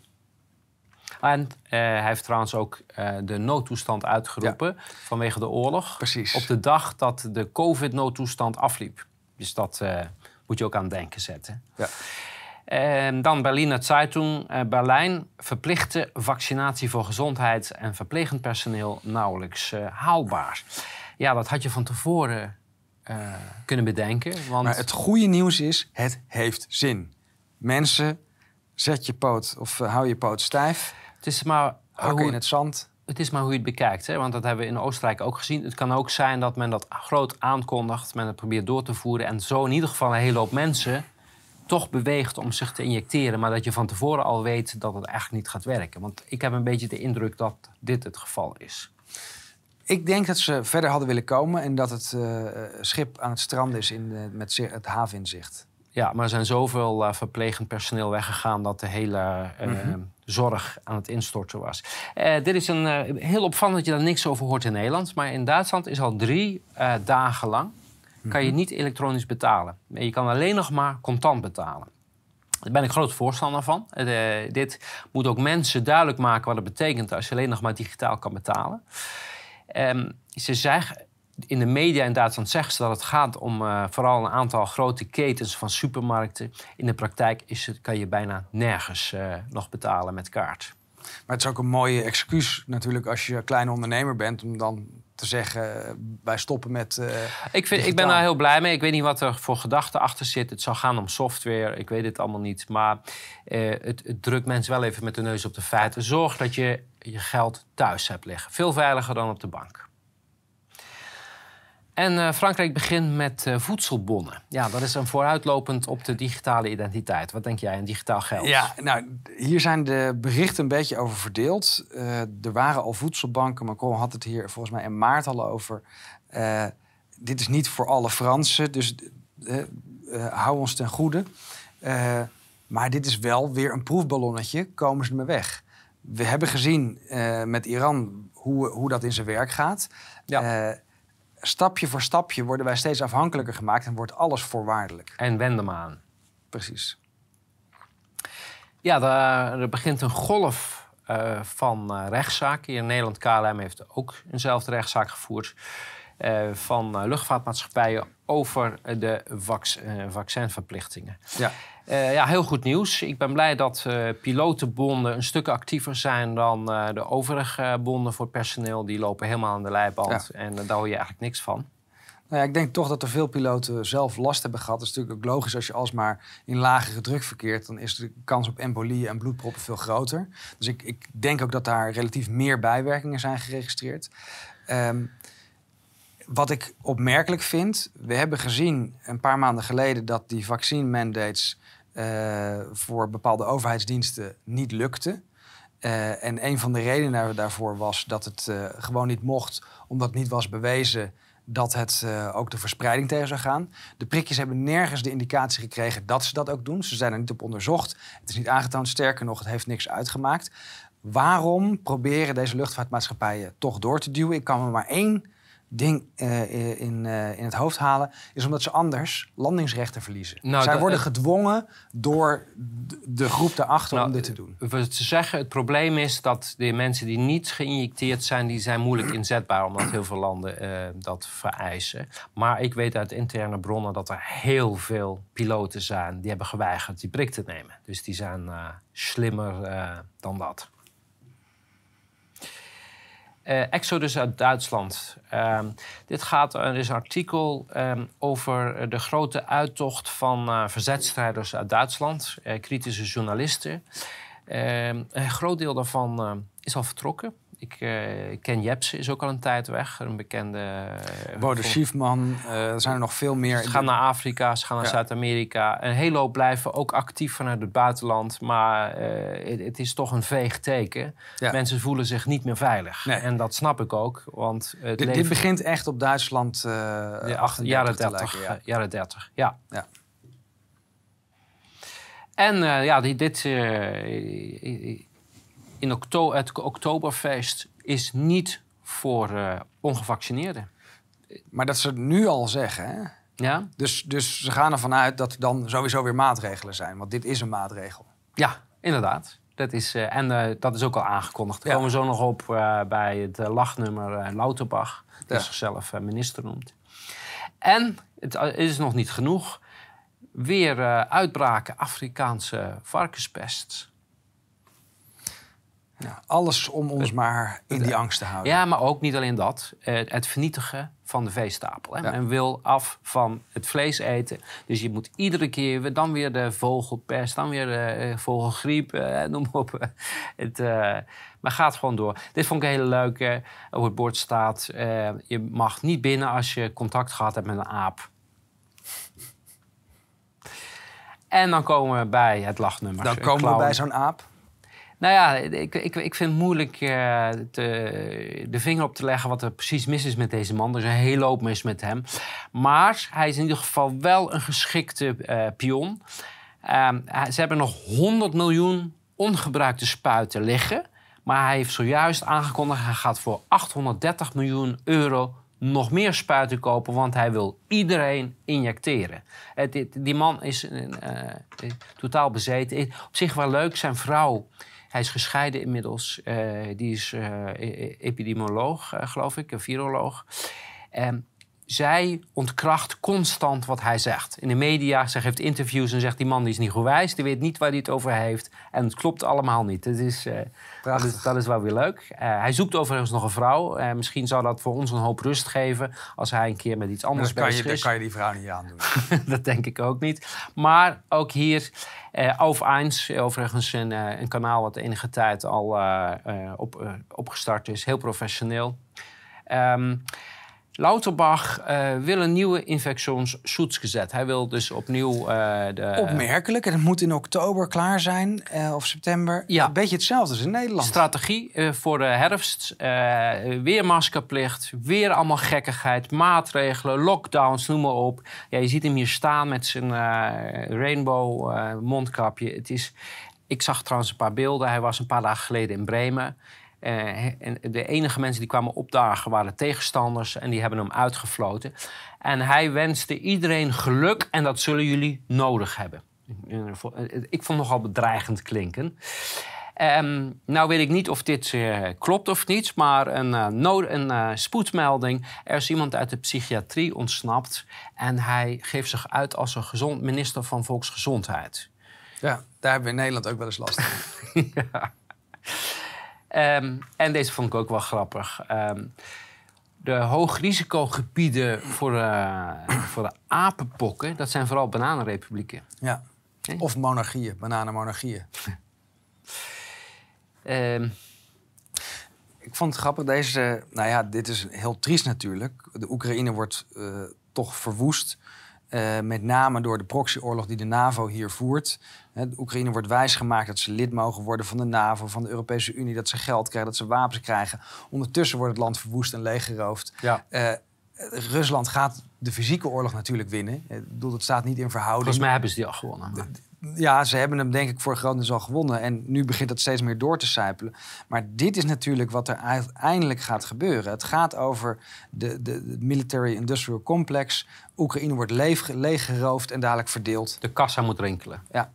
Speaker 2: En hij heeft trouwens ook de noodtoestand uitgeroepen vanwege de oorlog.
Speaker 1: Precies.
Speaker 2: Op de dag dat de COVID-noodtoestand afliep. Dus dat moet je ook aan denken zetten. Ja. En dan Berliner Zeitung. Berlijn verplichte vaccinatie voor gezondheid en verplegend personeel nauwelijks haalbaar. Ja, dat had je van tevoren kunnen bedenken. Want...
Speaker 1: Maar het goede nieuws is, het heeft zin. Mensen, zet je poot of hou je poot stijf.
Speaker 2: Het is maar
Speaker 1: hakken in het zand.
Speaker 2: Het is maar hoe je het bekijkt. Hè? Want dat hebben we in Oostenrijk ook gezien. Het kan ook zijn dat men dat groot aankondigt. Men het probeert door te voeren. En zo in ieder geval een hele hoop mensen toch beweegt om zich te injecteren. Maar dat je van tevoren al weet dat het eigenlijk niet gaat werken. Want ik heb een beetje de indruk dat dit het geval is.
Speaker 1: Ik denk dat ze verder hadden willen komen. En dat het schip aan het strand is met het haven in zicht.
Speaker 2: Ja, maar er zijn zoveel verplegend personeel weggegaan dat de hele zorg aan het instorten was. Dit is heel opvallend dat je daar niks over hoort in Nederland. Maar in Duitsland is al 3 dagen lang kan je niet elektronisch betalen. Je kan alleen nog maar contant betalen. Daar ben ik groot voorstander van. Dit moet ook mensen duidelijk maken wat het betekent als je alleen nog maar digitaal kan betalen. Ze zeggen, in de media in Duitsland zeggen ze dat het gaat om vooral een aantal grote ketens van supermarkten. In de praktijk kan je bijna nergens nog betalen met kaart.
Speaker 1: Maar het is ook een mooie excuus natuurlijk als je kleine ondernemer bent om dan te zeggen, wij stoppen met
Speaker 2: ik ben daar heel blij mee. Ik weet niet wat er voor gedachten achter zit. Het zou gaan om software, ik weet het allemaal niet. Maar het drukt mensen wel even met de neus op de feiten. Zorg dat je je geld thuis hebt liggen. Veel veiliger dan op de bank. En Frankrijk begint met voedselbonnen. Ja, dat is een vooruitlopend op de digitale identiteit. Wat denk jij aan digitaal geld?
Speaker 1: Ja, nou, hier zijn de berichten een beetje over verdeeld. Er waren al voedselbanken. Macron had het hier volgens mij in maart al over. Dit is niet voor alle Fransen, dus hou ons ten goede. Maar dit is wel weer een proefballonnetje. Komen ze ermee weg? We hebben gezien met Iran hoe dat in zijn werk gaat. Ja. Stapje voor stapje worden wij steeds afhankelijker gemaakt en wordt alles voorwaardelijk.
Speaker 2: En wend hem aan.
Speaker 1: Precies.
Speaker 2: Ja, er begint een golf van rechtszaken. Hier in Nederland, KLM heeft ook eenzelfde rechtszaak gevoerd. Van luchtvaartmaatschappijen over de vaccinverplichtingen. Ja. Heel goed nieuws. Ik ben blij dat pilotenbonden een stuk actiever zijn dan de overige bonden voor personeel. Die lopen helemaal aan de leiband en daar hoor je eigenlijk niks van.
Speaker 1: Nou ja, ik denk toch dat er veel piloten zelf last hebben gehad. Dat is natuurlijk ook logisch als je alsmaar in lagere druk verkeert. Dan is de kans op embolieën en bloedproppen veel groter. Dus ik denk ook dat daar relatief meer bijwerkingen zijn geregistreerd. Wat ik opmerkelijk vind, we hebben gezien een paar maanden geleden dat die vaccinmandates voor bepaalde overheidsdiensten niet lukten. En een van de redenen daarvoor was dat het gewoon niet mocht, omdat niet was bewezen dat het ook de verspreiding tegen zou gaan. De prikjes hebben nergens de indicatie gekregen dat ze dat ook doen. Ze zijn er niet op onderzocht. Het is niet aangetoond. Sterker nog, het heeft niks uitgemaakt. Waarom proberen deze luchtvaartmaatschappijen toch door te duwen? Ik kan me maar één ding in het hoofd halen, is omdat ze anders landingsrechten verliezen. Nou, zij worden gedwongen door de groep daarachter om dit te doen.
Speaker 2: We zeggen, het probleem is dat de mensen die niet geïnjecteerd zijn, die zijn moeilijk inzetbaar, omdat heel veel landen dat vereisen. Maar ik weet uit interne bronnen dat er heel veel piloten zijn die hebben geweigerd die prik te nemen. Dus die zijn slimmer dan dat. Exodus uit Duitsland. Er is een artikel over de grote uittocht van verzetstrijders uit Duitsland. Kritische journalisten. Een groot deel daarvan is al vertrokken. Ik ken Jepsen, is ook al een tijd weg. Een bekende...
Speaker 1: Bodo Schiefman, er zijn er nog veel meer.
Speaker 2: Ze gaan naar Afrika, ze gaan naar Zuid-Amerika. Een hele hoop blijven ook actief vanuit het buitenland. Maar het is toch een veeg teken. Ja. Mensen voelen zich niet meer veilig. Nee. En dat snap ik ook. Want
Speaker 1: dit begint echt op Duitsland
Speaker 2: jaren 30. Ja. En het Oktoberfeest is niet voor ongevaccineerden.
Speaker 1: Maar dat ze het nu al zeggen, hè?
Speaker 2: Ja.
Speaker 1: Dus ze gaan ervan uit dat er dan sowieso weer maatregelen zijn. Want dit is een maatregel.
Speaker 2: Ja, inderdaad. Dat is, dat is ook al aangekondigd. Daar komen we zo nog op bij het lachnummer Lauterbach. Die zichzelf minister noemt. En het is nog niet genoeg. Weer uitbraken Afrikaanse varkenspest.
Speaker 1: Ja, alles om ons maar in die angst te houden.
Speaker 2: Ja, maar ook niet alleen dat. Het vernietigen van de veestapel. Hè. Ja. Men wil af van het vlees eten. Dus je moet iedere keer dan weer de vogelpest, dan weer de vogelgriep, noem maar op. Maar gaat gewoon door. Dit vond ik een hele leuke. Op het bord staat, je mag niet binnen als je contact gehad hebt met een aap. En dan komen we bij het lachnummer.
Speaker 1: Dan komen we bij zo'n aap.
Speaker 2: Nou ja, ik vind het moeilijk de vinger op te leggen wat er precies mis is met deze man. Er is een hele hoop mis met hem. Maar hij is in ieder geval wel een geschikte pion. Ze hebben nog 100 miljoen ongebruikte spuiten liggen. Maar hij heeft zojuist aangekondigd... hij gaat voor 830 miljoen euro nog meer spuiten kopen... want hij wil iedereen injecteren. Die man is totaal bezeten. Op zich wel leuk, zijn vrouw... Hij is gescheiden inmiddels. Die is epidemioloog, geloof ik, een viroloog. Zij ontkracht constant wat hij zegt. In de media, zij geeft interviews en zegt... die man die is niet gewijs, die weet niet waar hij het over heeft. En het klopt allemaal niet. Dat is wel weer leuk. Hij zoekt overigens nog een vrouw. Misschien zou dat voor ons een hoop rust geven... als hij een keer met iets anders bezig is.
Speaker 1: Dan kan je die vrouw niet aandoen.
Speaker 2: Dat denk ik ook niet. Maar ook hier... Auf 1, overigens een kanaal wat enige tijd al opgestart is. Heel professioneel. Lauterbach wil een nieuwe infectionsschutz. Hij wil dus opnieuw...
Speaker 1: Opmerkelijk. En het moet in oktober klaar zijn, of september.
Speaker 2: Ja.
Speaker 1: Een beetje hetzelfde als in Nederland.
Speaker 2: Strategie voor de herfst. Weer maskerplicht. Weer allemaal gekkigheid. Maatregelen, lockdowns, noem maar op. Ja, je ziet hem hier staan met zijn rainbow mondkapje. Ik zag trouwens een paar beelden. Hij was een paar dagen geleden in Bremen... en de enige mensen die kwamen opdagen waren tegenstanders... en die hebben hem uitgefloten. En hij wenste iedereen geluk en dat zullen jullie nodig hebben. Ik vond het nogal bedreigend klinken. Nou weet ik niet of dit klopt of niet... maar een spoedmelding. Er is iemand uit de psychiatrie ontsnapt... en hij geeft zich uit als een minister van Volksgezondheid.
Speaker 1: Ja, daar hebben we in Nederland ook wel eens last van.
Speaker 2: Ja. En deze vond ik ook wel grappig. De hoogrisicogebieden voor de apenpokken... dat zijn vooral bananenrepublieken.
Speaker 1: Ja, of monarchieën, bananenmonarchieën. Ik vond het grappig, dit is heel triest natuurlijk. De Oekraïne wordt toch verwoest... met name door de proxyoorlog die de NAVO hier voert. De Oekraïne wordt wijsgemaakt dat ze lid mogen worden van de NAVO, van de Europese Unie, dat ze geld krijgen, dat ze wapens krijgen. Ondertussen wordt het land verwoest en leeggeroofd. Ja. Rusland gaat de fysieke oorlog natuurlijk winnen. Het staat niet in verhouding.
Speaker 2: Volgens mij hebben ze die al gewonnen.
Speaker 1: Ja, ze hebben hem denk ik voor grotendeels al gewonnen. En nu begint dat steeds meer door te sijpelen. Maar dit is natuurlijk wat er uiteindelijk gaat gebeuren. Het gaat over de military industrial complex. Oekraïne wordt leeggeroofd en dadelijk verdeeld.
Speaker 2: De kassa moet rinkelen.
Speaker 1: Ja.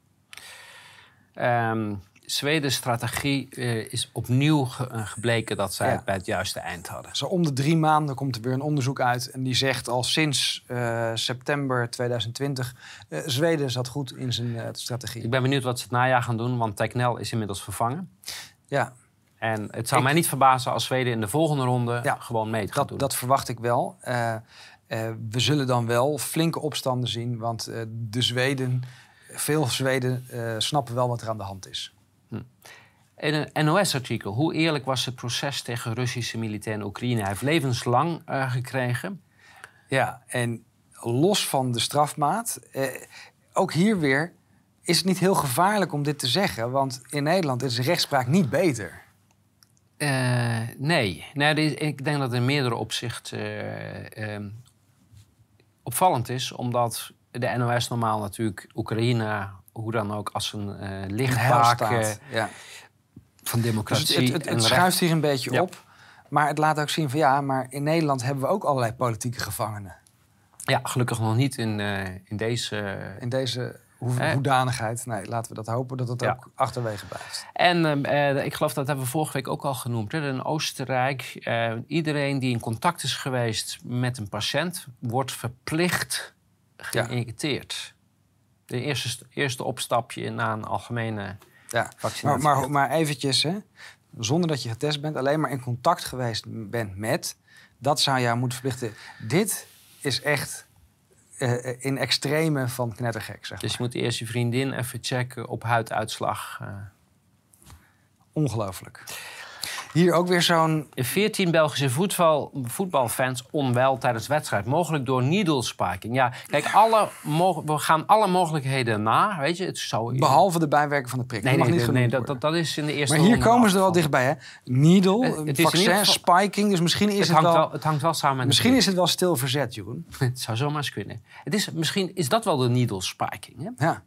Speaker 2: Zwedens strategie is opnieuw gebleken dat zij het bij het juiste eind hadden.
Speaker 1: Zo om de 3 maanden komt er weer een onderzoek uit. En die zegt al sinds september 2020... Zweden zat goed in zijn strategie.
Speaker 2: Ik ben benieuwd wat ze het najaar gaan doen, want Tegnell is inmiddels vervangen.
Speaker 1: Ja.
Speaker 2: En het zou mij niet verbazen als Zweden in de volgende ronde gewoon mee gaat doen.
Speaker 1: Dat verwacht ik wel. We zullen dan wel flinke opstanden zien, want veel Zweden snappen wel wat er aan de hand is.
Speaker 2: In een NOS-artikel, hoe eerlijk was het proces tegen Russische militairen in Oekraïne? Hij heeft levenslang gekregen.
Speaker 1: Ja, en los van de strafmaat, ook hier weer is het niet heel gevaarlijk om dit te zeggen. Want in Nederland is de rechtspraak niet beter.
Speaker 2: Nee, ik denk dat het in meerdere opzichten opvallend is. Omdat de NOS normaal natuurlijk Oekraïne, hoe dan ook, als een lichtbaak van democratie.
Speaker 1: Dus het schuift hier een beetje op. Maar het laat ook zien van maar in Nederland hebben we ook allerlei politieke gevangenen.
Speaker 2: Ja, gelukkig nog niet in deze...
Speaker 1: In deze hoedanigheid. Nee, laten we dat hopen dat het ook achterwege blijft.
Speaker 2: En ik geloof dat hebben we vorige week ook al genoemd. Hè? In Oostenrijk, iedereen die in contact is geweest met een patiënt wordt verplicht geïnjecteerd. De eerste opstapje na een algemene vaccinatie.
Speaker 1: Maar eventjes, hè? Zonder dat je getest bent, alleen maar in contact geweest bent met, dat zou jou moeten verplichten. Dit is echt in extreme van knettergek, zeg maar.
Speaker 2: Dus je moet eerst je vriendin even checken op huiduitslag.
Speaker 1: Ongelooflijk. Hier ook weer zo'n...
Speaker 2: 14 Belgische voetbalfans onwel tijdens wedstrijd. Mogelijk door needle spiking. Ja, kijk, we gaan alle mogelijkheden na. Weet je, het zou...
Speaker 1: Behalve de bijwerking van de prik.
Speaker 2: Nee, dat is in de eerste
Speaker 1: ronde. Maar hier komen ze er al dichtbij, hè? Needle, vaccin, spiking. Dus misschien is
Speaker 2: het hangt wel samen met
Speaker 1: misschien is het wel stil verzet, Jeroen.
Speaker 2: Het zou zomaar eens kunnen. Misschien is dat wel de needle spiking, hè?
Speaker 1: Ja.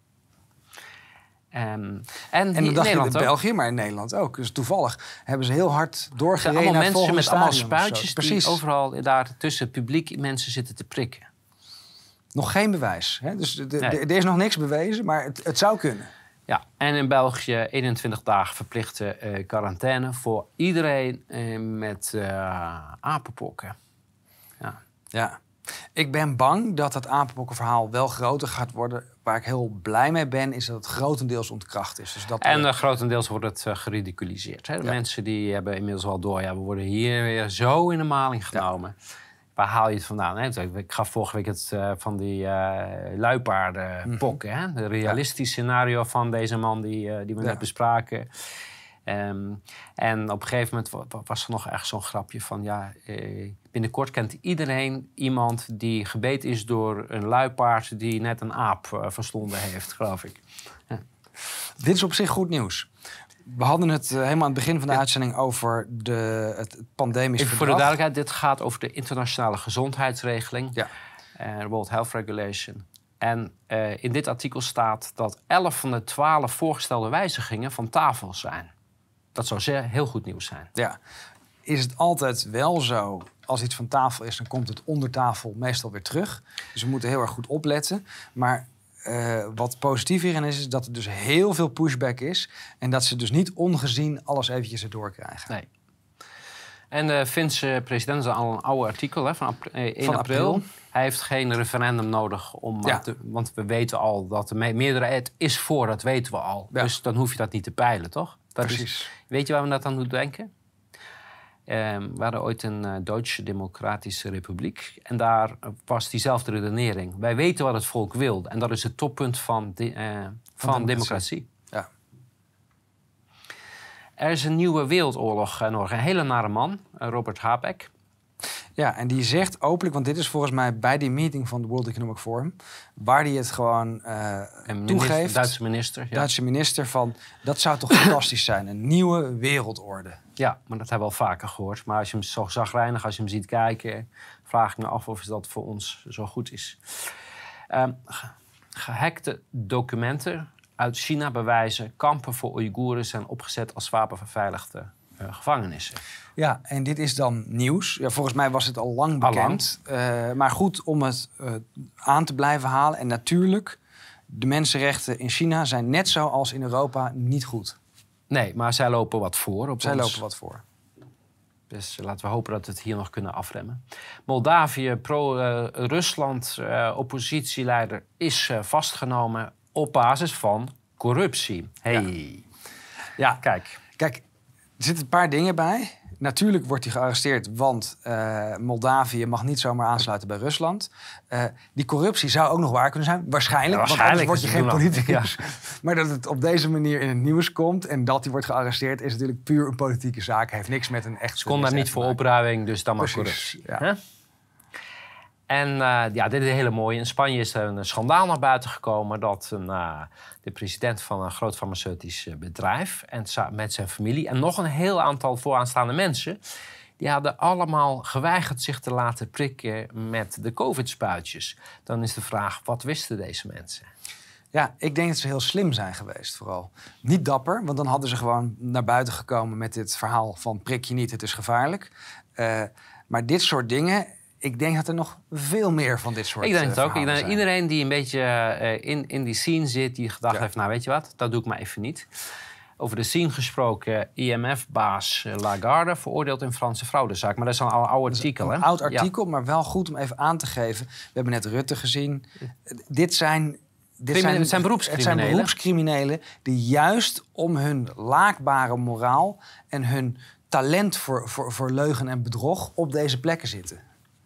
Speaker 2: En
Speaker 1: dan dacht je in België, maar in Nederland ook. Dus toevallig hebben ze heel hard doorgereden.
Speaker 2: Allemaal mensen met allemaal spuitjes
Speaker 1: die
Speaker 2: overal daar tussen het publiek mensen zitten te prikken.
Speaker 1: Nog geen bewijs. Hè? Dus er is nog niks bewezen, maar het zou kunnen.
Speaker 2: Ja, en in België 21 dagen verplichte quarantaine voor iedereen met apenpokken.
Speaker 1: Ja. Ik ben bang dat het apenpokkenverhaal wel groter gaat worden. Waar ik heel blij mee ben, is dat het grotendeels ontkracht is. Dus dat
Speaker 2: grotendeels wordt het geridiculiseerd. Hè? De mensen die hebben inmiddels al door... we worden hier weer zo in de maling genomen. Ja. Waar haal je het vandaan? Hè? Ik gaf vorige week het van die luipaardenpokken. Hè? De realistisch scenario van deze man die we net bespraken. En op een gegeven moment was er nog echt zo'n grapje van... binnenkort kent iedereen iemand die gebeten is door een luipaard... die net een aap verslonden heeft, geloof ik. Ja.
Speaker 1: Dit is op zich goed nieuws. We hadden het helemaal aan het begin van de uitzending over het pandemisch verdrag.
Speaker 2: Voor de duidelijkheid, dit gaat over de internationale gezondheidsregeling. Ja. World Health Regulation. En in dit artikel staat dat 11 van de 12 voorgestelde wijzigingen van tafel zijn. Dat zou heel goed nieuws zijn.
Speaker 1: Ja. Is het altijd wel zo, als iets van tafel is... dan komt het onder tafel meestal weer terug. Dus we moeten heel erg goed opletten. Maar wat positief hierin is dat er dus heel veel pushback is... en dat ze dus niet ongezien alles eventjes erdoor krijgen.
Speaker 2: Nee. En de Finse president is al een oude artikel hè, van 1 april. Hij heeft geen referendum nodig om... want we weten al dat de meerderheid is voor, dat weten we al. Ja. Dus dan hoef je dat niet te peilen, toch?
Speaker 1: Precies.
Speaker 2: Weet je waar we dat aan doen denken? We hadden ooit een Duitse Democratische Republiek. En daar was diezelfde redenering. Wij weten wat het volk wil. En dat is het toppunt van democratie.
Speaker 1: Ja.
Speaker 2: Er is een nieuwe wereldoorlog nog. Een hele nare man, Robert Habeck.
Speaker 1: Ja, en die zegt openlijk, want dit is volgens mij bij die meeting van de World Economic Forum... waar die het gewoon toegeeft.
Speaker 2: Duitse minister
Speaker 1: van, dat zou toch fantastisch zijn. Een nieuwe wereldorde.
Speaker 2: Ja, maar dat hebben we al vaker gehoord. Maar als je hem zo zagrijnig, als je hem ziet kijken... vraag ik me af of dat voor ons zo goed is. Gehackte documenten uit China bewijzen... kampen voor Oeigoeren zijn opgezet als wapenverveiligde gevangenissen.
Speaker 1: Ja, en dit is dan nieuws. Ja, volgens mij was het al lang bekend. Maar goed om het aan te blijven halen. En natuurlijk, de mensenrechten in China zijn net zoals in Europa niet goed.
Speaker 2: Nee, maar zij lopen wat voor.
Speaker 1: Lopen wat voor.
Speaker 2: Dus laten we hopen dat we het hier nog kunnen afremmen. Moldavië, pro-Rusland, oppositieleider is vastgenomen op basis van corruptie. Ja, kijk.
Speaker 1: Kijk, er zitten een paar dingen bij. Natuurlijk wordt hij gearresteerd, want Moldavië mag niet zomaar aansluiten bij Rusland. Die corruptie zou ook nog waar kunnen zijn. Waarschijnlijk, want anders word je geen politicus. Ja. Maar dat het op deze manier in het nieuws komt en dat hij wordt gearresteerd... is natuurlijk puur een politieke zaak. Heeft niks met een echt...
Speaker 2: Ze kon daar niet voor opruiming, dus dan maar corruptie. Ja. Huh? En dit is een hele mooie. In Spanje is er een schandaal naar buiten gekomen... dat de president van een groot farmaceutisch bedrijf... en met zijn familie en nog een heel aantal vooraanstaande mensen... die hadden allemaal geweigerd zich te laten prikken met de COVID-spuitjes. Dan is de vraag, wat wisten deze mensen?
Speaker 1: Ja, ik denk dat ze heel slim zijn geweest vooral. Niet dapper, want dan hadden ze gewoon naar buiten gekomen... met dit verhaal van prik je niet, het is gevaarlijk. Maar dit soort dingen... Ik denk dat er nog veel meer van dit soort
Speaker 2: Ik denk het ook.
Speaker 1: Zijn.
Speaker 2: Iedereen die een beetje in die scene zit... die gedacht heeft, nou weet je wat, dat doe ik maar even niet. Over de scene gesproken, IMF-baas Lagarde... veroordeeld in Franse fraudezaak. Maar dat is al een oude artikel, hè?
Speaker 1: Een oud artikel, maar wel goed om even aan te geven. We hebben net Rutte gezien. Dit zijn
Speaker 2: beroepscriminelen.
Speaker 1: Het zijn beroepscriminelen die juist om hun laakbare moraal... en hun talent voor leugen en bedrog op deze plekken zitten.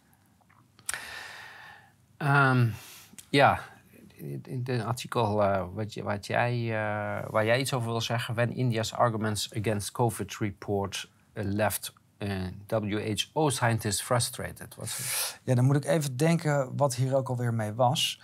Speaker 2: In het artikel waar jij iets over wil zeggen... When India's arguments against COVID report left WHO scientists frustrated.
Speaker 1: Ja, dan moet ik even denken wat hier ook alweer mee was.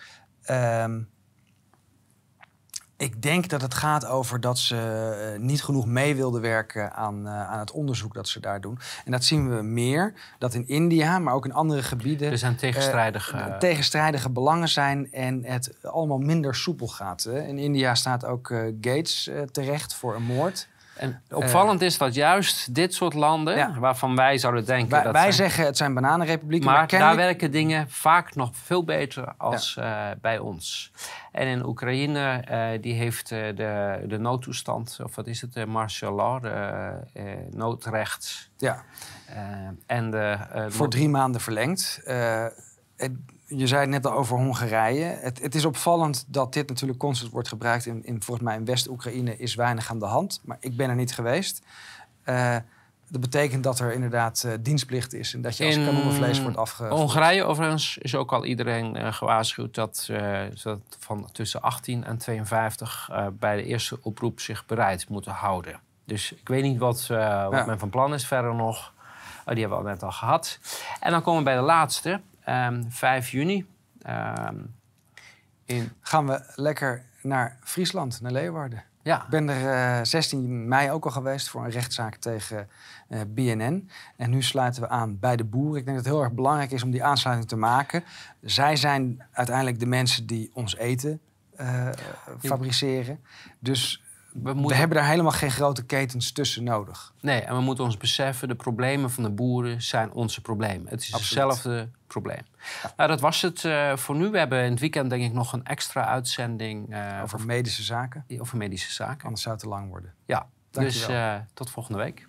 Speaker 1: Ik denk dat het gaat over dat ze niet genoeg mee wilden werken aan het onderzoek dat ze daar doen. En dat zien we meer, dat in India, maar ook in andere gebieden...
Speaker 2: Er zijn
Speaker 1: tegenstrijdige belangen zijn en het allemaal minder soepel gaat. Hè. In India staat ook Gates terecht voor een moord.
Speaker 2: En opvallend is dat juist dit soort landen, waarvan wij zouden denken...
Speaker 1: Wij zeggen het zijn bananenrepublieken.
Speaker 2: Maar daar werken dingen vaak nog veel beter als bij ons. En in Oekraïne, die heeft de noodtoestand, of wat is het, martial law, noodrecht.
Speaker 1: Ja.
Speaker 2: Voor
Speaker 1: 3 maanden verlengd. Je zei het net al over Hongarije. Het is opvallend dat dit natuurlijk constant wordt gebruikt. Volgens mij in West-Oekraïne is weinig aan de hand. Maar ik ben er niet geweest. Dat betekent dat er inderdaad dienstplicht is. En dat je als kanonnenvlees wordt afgevoerd.
Speaker 2: Hongarije overigens is ook al iedereen gewaarschuwd... dat van tussen 18 en 52 bij de eerste oproep zich bereid moeten houden. Dus ik weet niet wat men van plan is verder nog. Die hebben we al net al gehad. En dan komen we bij de laatste... 5 juni.
Speaker 1: Gaan we lekker naar Friesland, naar Leeuwarden.
Speaker 2: Ja.
Speaker 1: Ik ben er 16 mei ook al geweest voor een rechtszaak tegen BNN. En nu sluiten we aan bij de boeren. Ik denk dat het heel erg belangrijk is om die aansluiting te maken. Zij zijn uiteindelijk de mensen die ons eten fabriceren. Dus... We hebben daar helemaal geen grote ketens tussen nodig.
Speaker 2: Nee, en we moeten ons beseffen... de problemen van de boeren zijn onze problemen. Het is hetzelfde probleem. Ja. Nou, dat was het voor nu. We hebben in het weekend denk ik nog een extra uitzending...
Speaker 1: over medische zaken.
Speaker 2: Over medische zaken.
Speaker 1: Anders zou het te lang worden.
Speaker 2: Ja, dus tot volgende week.